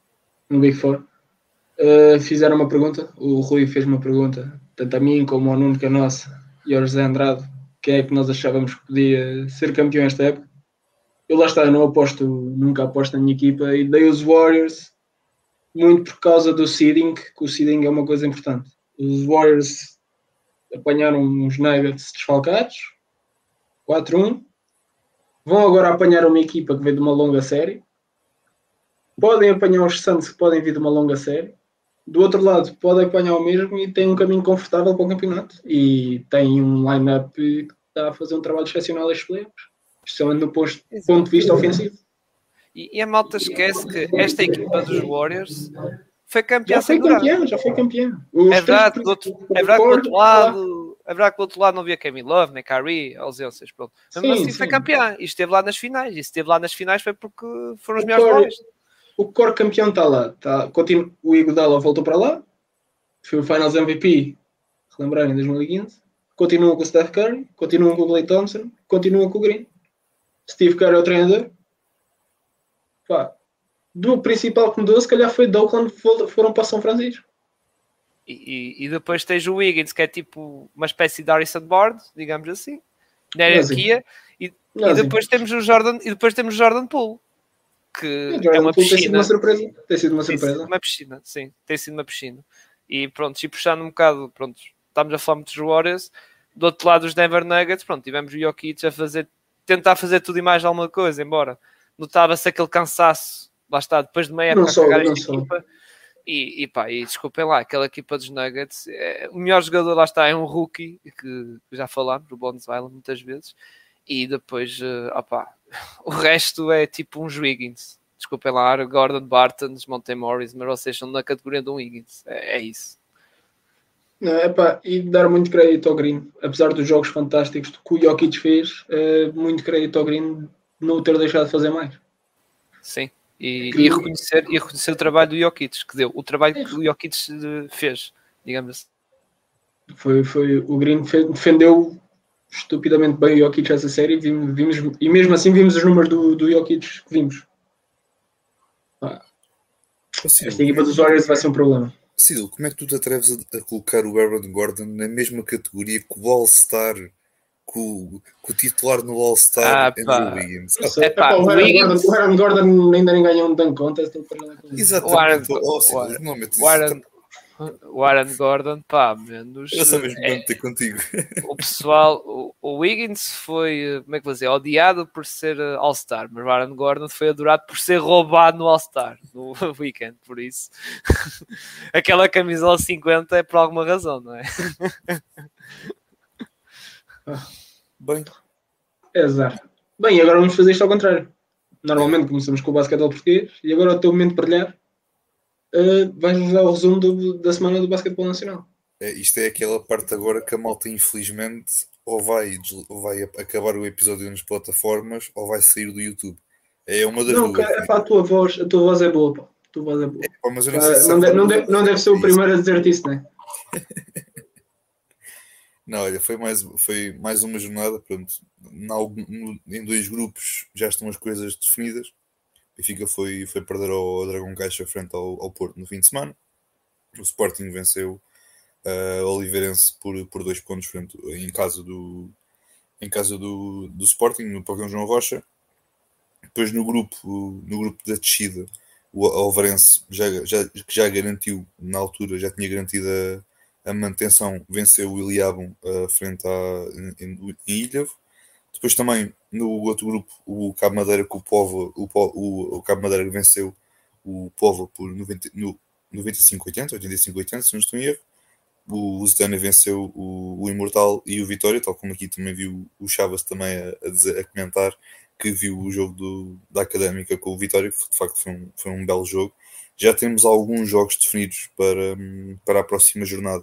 no Big Four. Uh, fizeram uma pergunta, o Rui fez uma pergunta, tanto a mim como ao Nuno Canossa e ao José Andrade, quem é que nós achávamos que podia ser campeão esta época. Eu lá está, eu não aposto, nunca aposto na minha equipa e dei os Warriors muito por causa do seeding, que o seeding é uma coisa importante. Os Warriors apanharam uns Nuggets desfalcados, quatro a um, vão agora apanhar uma equipa que vem de uma longa série, podem apanhar os Suns que podem vir de uma longa série, do outro lado podem apanhar o mesmo e têm um caminho confortável para o campeonato e tem um line-up que está a fazer um trabalho excepcional estes playoffs, especialmente do ponto, ponto de vista ofensivo. E, e a malta esquece que esta equipa dos Warriors foi campeã. Já foi campeão, já foi campeão. É verdade, do outro, é verdade que do outro lado, é verdade que do outro lado não havia Kevin Love, nem Kyrie, ausências, pronto. Mesmo assim foi campeão e esteve lá nas finais. E se esteve lá nas finais foi porque foram os melhores Warriors. O core campeão está lá. Tá, continu, o Iguodala voltou para lá. Foi o Finals M V P, relembrarem, em dois mil e quinze. Continua com o Steph Curry, continua com o Klay Thompson, continua com o Green. Steve Kerr é o treinador. Pá, do principal que mudou, se calhar foi de Oakland, foram para São Francisco. E, e, e depois tens o Wiggins, que é tipo uma espécie de Harrison Barnes, digamos assim, na hierarquia. E, e depois temos o Jordan, e depois temos o Jordan Poole, que Jordan é uma Poole tem sido piscina. uma surpresa. Tem sido uma Tem surpresa. sido uma piscina, sim, tem sido uma piscina. E pronto, e puxando um bocado, pronto, estamos a falar muito dos Warriors, do outro lado dos Denver Nuggets, pronto, tivemos o Jokic a fazer, tentar fazer tudo e mais alguma coisa, embora notava-se aquele cansaço, lá está, depois de meia época Não a só, carregar não esta só. equipa, e, e pá, e desculpem lá, aquela equipa dos Nuggets, é, o melhor jogador lá está é um rookie, que já falámos, o Bones Island muitas vezes, e depois, uh, opá, o resto é tipo uns Wiggins. Desculpem lá, Gordon, Barton, Monte Morris, mas vocês são na categoria do Wiggins. É, é isso. Não, epá, e dar muito crédito ao Green, apesar dos jogos fantásticos que o Jokic fez, é, muito crédito ao Green não o ter deixado de fazer mais. Sim, e, Que- e, reconhecer, e reconhecer o trabalho do Jokic, que deu, o trabalho que o Jokic eh, fez, digamos assim. Foi, foi, o Green fe- defendeu estupidamente bem o Jokic essa série vimos, vimos, e mesmo assim vimos os números do, do Jokic que vimos. Ah, Ciro, esta equipa como é dos que- Warriors vai ser um problema. Ciro, como é que tu te atreves a, a colocar o Aaron Gordon na mesma categoria que o All-Star, que o, que o titular no All-Star Ah, Andrew pá. Wiggins? Não Ah, sei. Epá, Epá, o, o Aaron Wiggins- Gordon, o Aaron Gordon ainda nem ganhou um dunk contest. Ele para lá com isso. exatamente, O Aaron- oh, Ciro, o Aaron- normalmente O Aaron, o Aaron Gordon, pá, menos. era só mesmo para ter contigo. O pessoal, o, o Wiggins foi, como é que vou dizer, odiado por ser uh, All-Star, mas o Aaron Gordon foi adorado por ser roubado no All-Star, no weekend, por isso. Aquela camisola cinquenta é por alguma razão, não é? Bem, É azar. Bem, agora vamos fazer isto ao contrário. Normalmente começamos com o basquetebol português e agora é o teu momento de brilhar. Uh, vais-nos dar o resumo do- da semana do basquetebol nacional. é, isto é aquela parte agora que a malta, infelizmente, ou vai, des- ou vai acabar o episódio nas plataformas ou vai sair do YouTube. É uma das Não, duas. cara, epá, a tua voz, a tua voz é boa, pá. A tua voz é boa. Pá, mas eu não Pá, sei se não, a de- não, forma- de- não deve ser o primeiro a dizer-te isso, né? Não, olha, foi mais, foi mais uma jornada. Pronto, em, algum- no- em dois grupos já estão as coisas definidas. O Benfica foi, foi perder ao Dragão Caixa frente ao, ao Porto no fim de semana. O Sporting venceu uh, o Oliveirense por, por dois pontos frente, em casa do, em casa do, do Sporting, no Pavilhão João Rocha. Depois no grupo, no grupo da descida, o Oliveirense já, já, que já garantiu, na altura, já tinha garantido a, a manutenção, venceu o Iliabum uh, frente a, em, em Ilhavo. Depois também no outro grupo o Cabo Madeira com o Povo, o, o, o Cabo Madeira venceu o Povo por noventa, no, noventa e cinco a oitenta, oitenta e cinco a oitenta, se não estou em erro. O Lusitânia venceu o, o Imortal e o Vitória, tal como aqui também viu o Chavas também a, a, dizer, a comentar que viu o jogo do, da Académica com o Vitória, que de facto foi um, foi um belo jogo. Já temos alguns jogos definidos para, para a próxima jornada,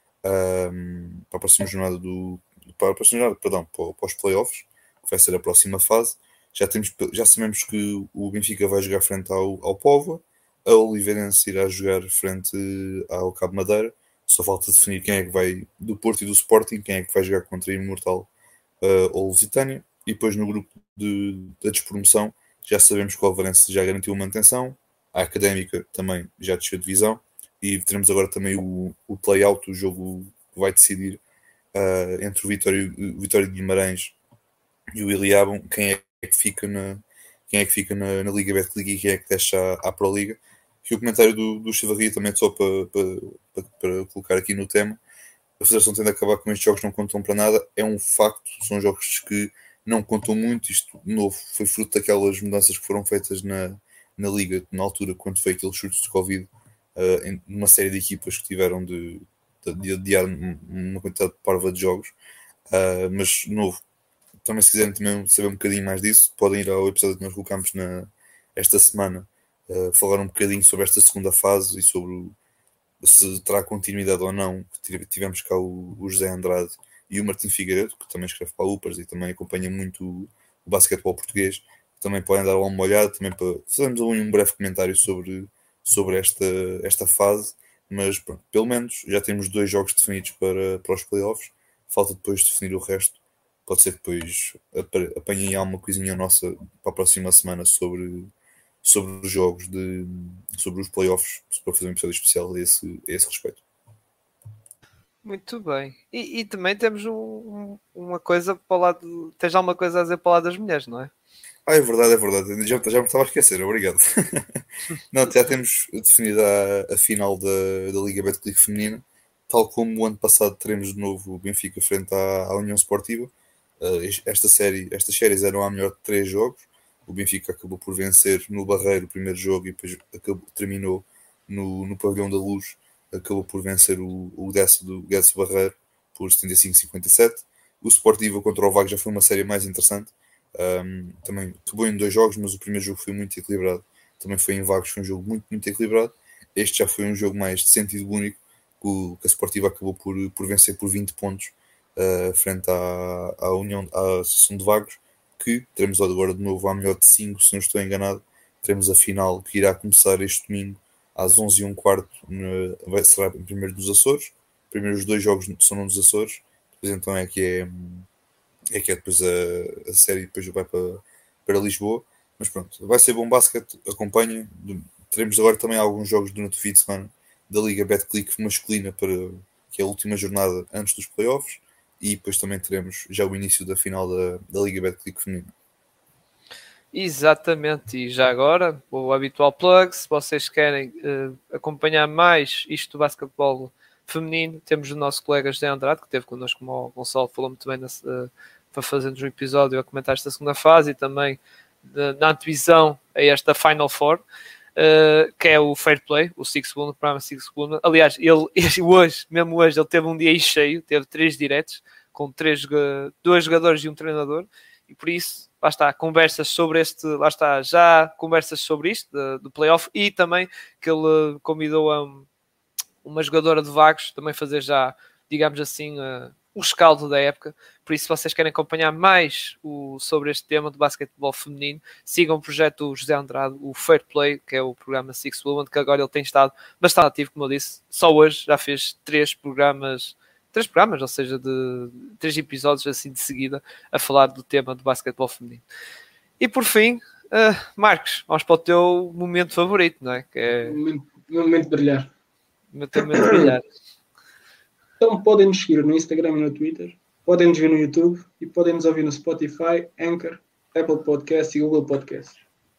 um, para a próxima jornada do para a próxima jornada, perdão, para, para os playoffs, que vai ser a próxima fase. Já, temos, já sabemos que o Benfica vai jogar frente ao, ao Póvoa, a Oliveirense irá jogar frente ao Cabo Madeira. Só falta definir quem é que vai do Porto e do Sporting, quem é que vai jogar contra a Imortal uh, ou Lusitânia. E depois no grupo de, da despromoção já sabemos que o Oliveirense já garantiu a manutenção, a Académica também já desceu de divisão, e teremos agora também o, o play-out, o jogo que vai decidir uh, entre o Vitória, o Vitória de Guimarães e o Iliabum, quem é que fica na, quem é que fica na, na Liga Betclic e quem é que deixa a, a Pro Liga. Que o comentário do, do Chavarria também só para, para, para, para colocar aqui no tema. A Federação tende a acabar com estes jogos, não contam para nada, é um facto, são jogos que não contam muito. Isto, de novo, foi fruto daquelas mudanças que foram feitas na, na Liga, na altura, quando foi aqueles chutes de Covid, uh, em uma série de equipas que tiveram de, de adiar uma quantidade de parva de jogos. Uh, mas, de novo, também se quiserem também saber um bocadinho mais disso, podem ir ao episódio que nós colocamos na, esta semana, uh, falar um bocadinho sobre esta segunda fase e sobre o, se terá continuidade ou não. Tivemos cá o, o José Andrade e o Martim Figueiredo, que também escreve para a Upers e também acompanha muito o, o basquetebol português. Também podem dar uma olhada, também para fazermos um breve comentário sobre, sobre esta, esta fase. Mas pronto, pelo menos já temos dois jogos definidos para, para os playoffs. Falta depois definir o resto. Pode ser que depois apanhem alguma coisinha nossa para a próxima semana sobre, sobre os jogos, de, sobre os playoffs, para fazer um episódio especial a esse, a esse respeito. Muito bem. E, e também temos um, um, uma coisa para o lado. Tens alguma coisa a dizer para o lado das mulheres, não é? Ah, é verdade, é verdade. Já, já me estava a esquecer, obrigado. Não, já temos definido a, a final da, da Liga Betclic feminina. Tal como o ano passado teremos de novo o Benfica frente à, à União Sportiva. Uh, esta série, estas séries eram a melhor de três jogos. O Benfica acabou por vencer no Barreiro o primeiro jogo e depois acabou, terminou no, no Pavilhão da Luz. Acabou por vencer o, o Dessa do Guedes Barreiro por setenta e cinco a cinquenta e sete. O Sportiva contra o Vago já foi uma série mais interessante. Um, também acabou em dois jogos, mas o primeiro jogo foi muito equilibrado. Também foi em Vagos, foi um jogo muito, muito equilibrado. Este já foi um jogo mais de sentido único, que a Sportiva acabou por, por vencer por vinte pontos uh, frente à, à União, à Associação de Vagos, que teremos agora de novo a melhor de cinco, se não estou enganado. Teremos a final que irá começar este domingo às onze e um quarto, no, será em primeiro dos Açores. Primeiro os dois jogos são nos Açores, depois então é que é, é que é depois a, a série depois vai para, para Lisboa. Mas pronto, vai ser bom basquete, acompanhem. Teremos agora também alguns jogos durante o fim de semana da Liga Betclic masculina, para, que é a última jornada antes dos playoffs, e depois também teremos já o início da final da, da Liga Betclic feminina. Exatamente, e já agora, o habitual plug, se vocês querem uh, acompanhar mais isto do basquetebol feminino, temos o nosso colega José Andrade, que esteve connosco, como o Gonçalo falou muito bem, nesse, uh, para fazermos um episódio a comentar esta segunda fase, e também uh, na antevisão a esta Final Four, uh, que é o Fair Play, o Six Woman, o programa Six Woman. Aliás, ele, ele hoje, mesmo hoje, ele teve um dia cheio, teve três diretos, com três, dois jogadores e um treinador, e por isso, lá está, conversas sobre este, lá está, já conversas sobre isto, de, do playoff, e também que ele convidou a uma jogadora de Vagos, também fazer já, digamos assim, uh, o escaldo da época. Por isso, se vocês querem acompanhar mais o, sobre este tema do basquetebol feminino, sigam o projeto José Andrade, o Fair Play, que é o programa Six Woman, que agora ele tem estado bastante ativo, como eu disse, só hoje já fez três programas, três programas, ou seja, de três episódios assim de seguida, a falar do tema do basquetebol feminino. E por fim, uh, Marcos, vamos para o teu momento favorito, não é? Que é... O momento, o momento de brilhar. O meu momento de brilhar. Então podem nos seguir no Instagram e no Twitter, podem nos ver no YouTube e podem nos ouvir no Spotify, Anchor, Apple Podcasts e Google Podcasts.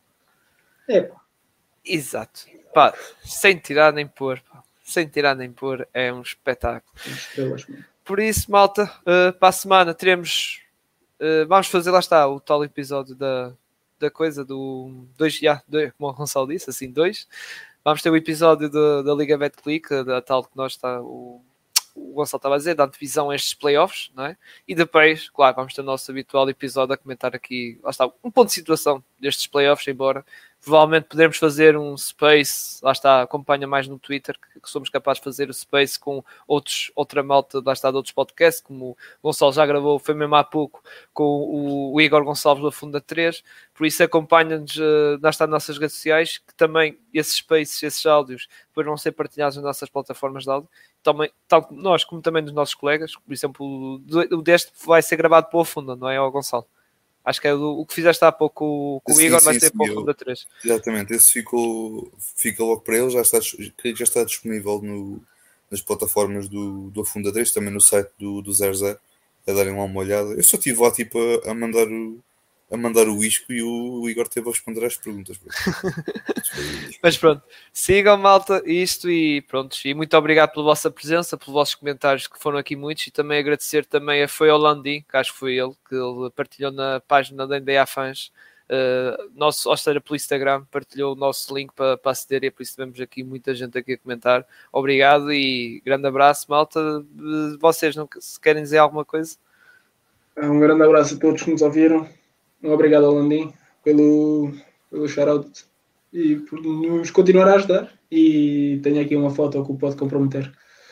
É pá. Exato. Pá, sem tirar nem pôr, pá. Sem tirar nem pôr, é um espetáculo. Por isso, malta, uh, para a semana teremos, uh, vamos fazer, lá está, o tal episódio da, da coisa do dois, já, dois, como o Gonçalo disse, assim, dois. Vamos ter o episódio da, da Liga Betclic, da tal que nós está, o, o Gonçalo estava a dizer, da antevisão a estes playoffs, não é? E depois, claro, vamos ter o nosso habitual episódio a comentar aqui, lá está, um ponto de situação destes playoffs, embora provavelmente poderemos fazer um space, lá está, acompanha mais no Twitter, que, que somos capazes de fazer o space com outros, outra malta, lá está, de outros podcasts, como o Gonçalo já gravou, foi mesmo há pouco, com o, o Igor Gonçalves da Funda três, por isso acompanha-nos, uh, lá está, nas nossas redes sociais, que também esses spaces, esses áudios, depois vão ser partilhados nas nossas plataformas de áudio, também, tal como nós, como também dos nossos colegas, por exemplo, o deste vai ser gravado para a Funda, não é, ó, Gonçalo? Acho que é o, o que fizeste há pouco com o Igor, sim, vai sim, ser para o Funda três. Exatamente, esse ficou, fica logo para ele, já está, já está disponível no, nas plataformas do, do Funda três, também no site do, do zero zero, a darem lá uma olhada. Eu só estive lá tipo, a, a mandar o a mandar o isco e o, o Igor teve a responder às perguntas. Mas pronto, sigam, malta, isto e pronto. E muito obrigado pela vossa presença, pelos vossos comentários, que foram aqui muitos, e também agradecer também a foi ao Landim, que acho que foi ele, que ele partilhou na página da N B A Fans, uh, nosso, ou seja, pelo Instagram, partilhou o nosso link para, para aceder, e por isso temos aqui muita gente aqui a comentar. Obrigado e grande abraço, malta. Vocês não, se querem dizer alguma coisa? Um grande abraço a todos que nos ouviram. Um obrigado ao Landim pelo, pelo shout-out e por nos continuar a ajudar. E tenho aqui uma foto que o pode comprometer.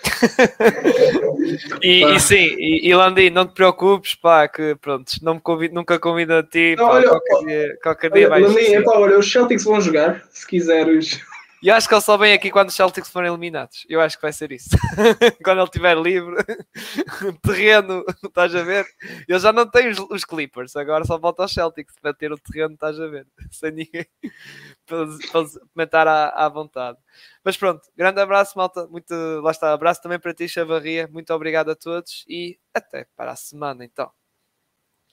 e, e sim, e, e Landim, não te preocupes, pá, que pronto, não me convido, nunca convido a ti. Não, pá, olha, qualquer, dia, qualquer dia olha, vais. Landim, é pá, olha, os Celtics vão jogar, se quiseres. E eu acho que ele só vem aqui quando os Celtics forem eliminados. Eu acho que vai ser isso. Quando ele estiver livre, terreno, estás a ver? Ele já não tem os, os Clippers, agora só volta aos Celtics para ter o terreno, estás a ver? Sem ninguém para, para comentar à, à vontade. Mas pronto, grande abraço, malta. Muito, lá está, abraço também para ti, Chavarria. Muito obrigado a todos e até para a semana, então.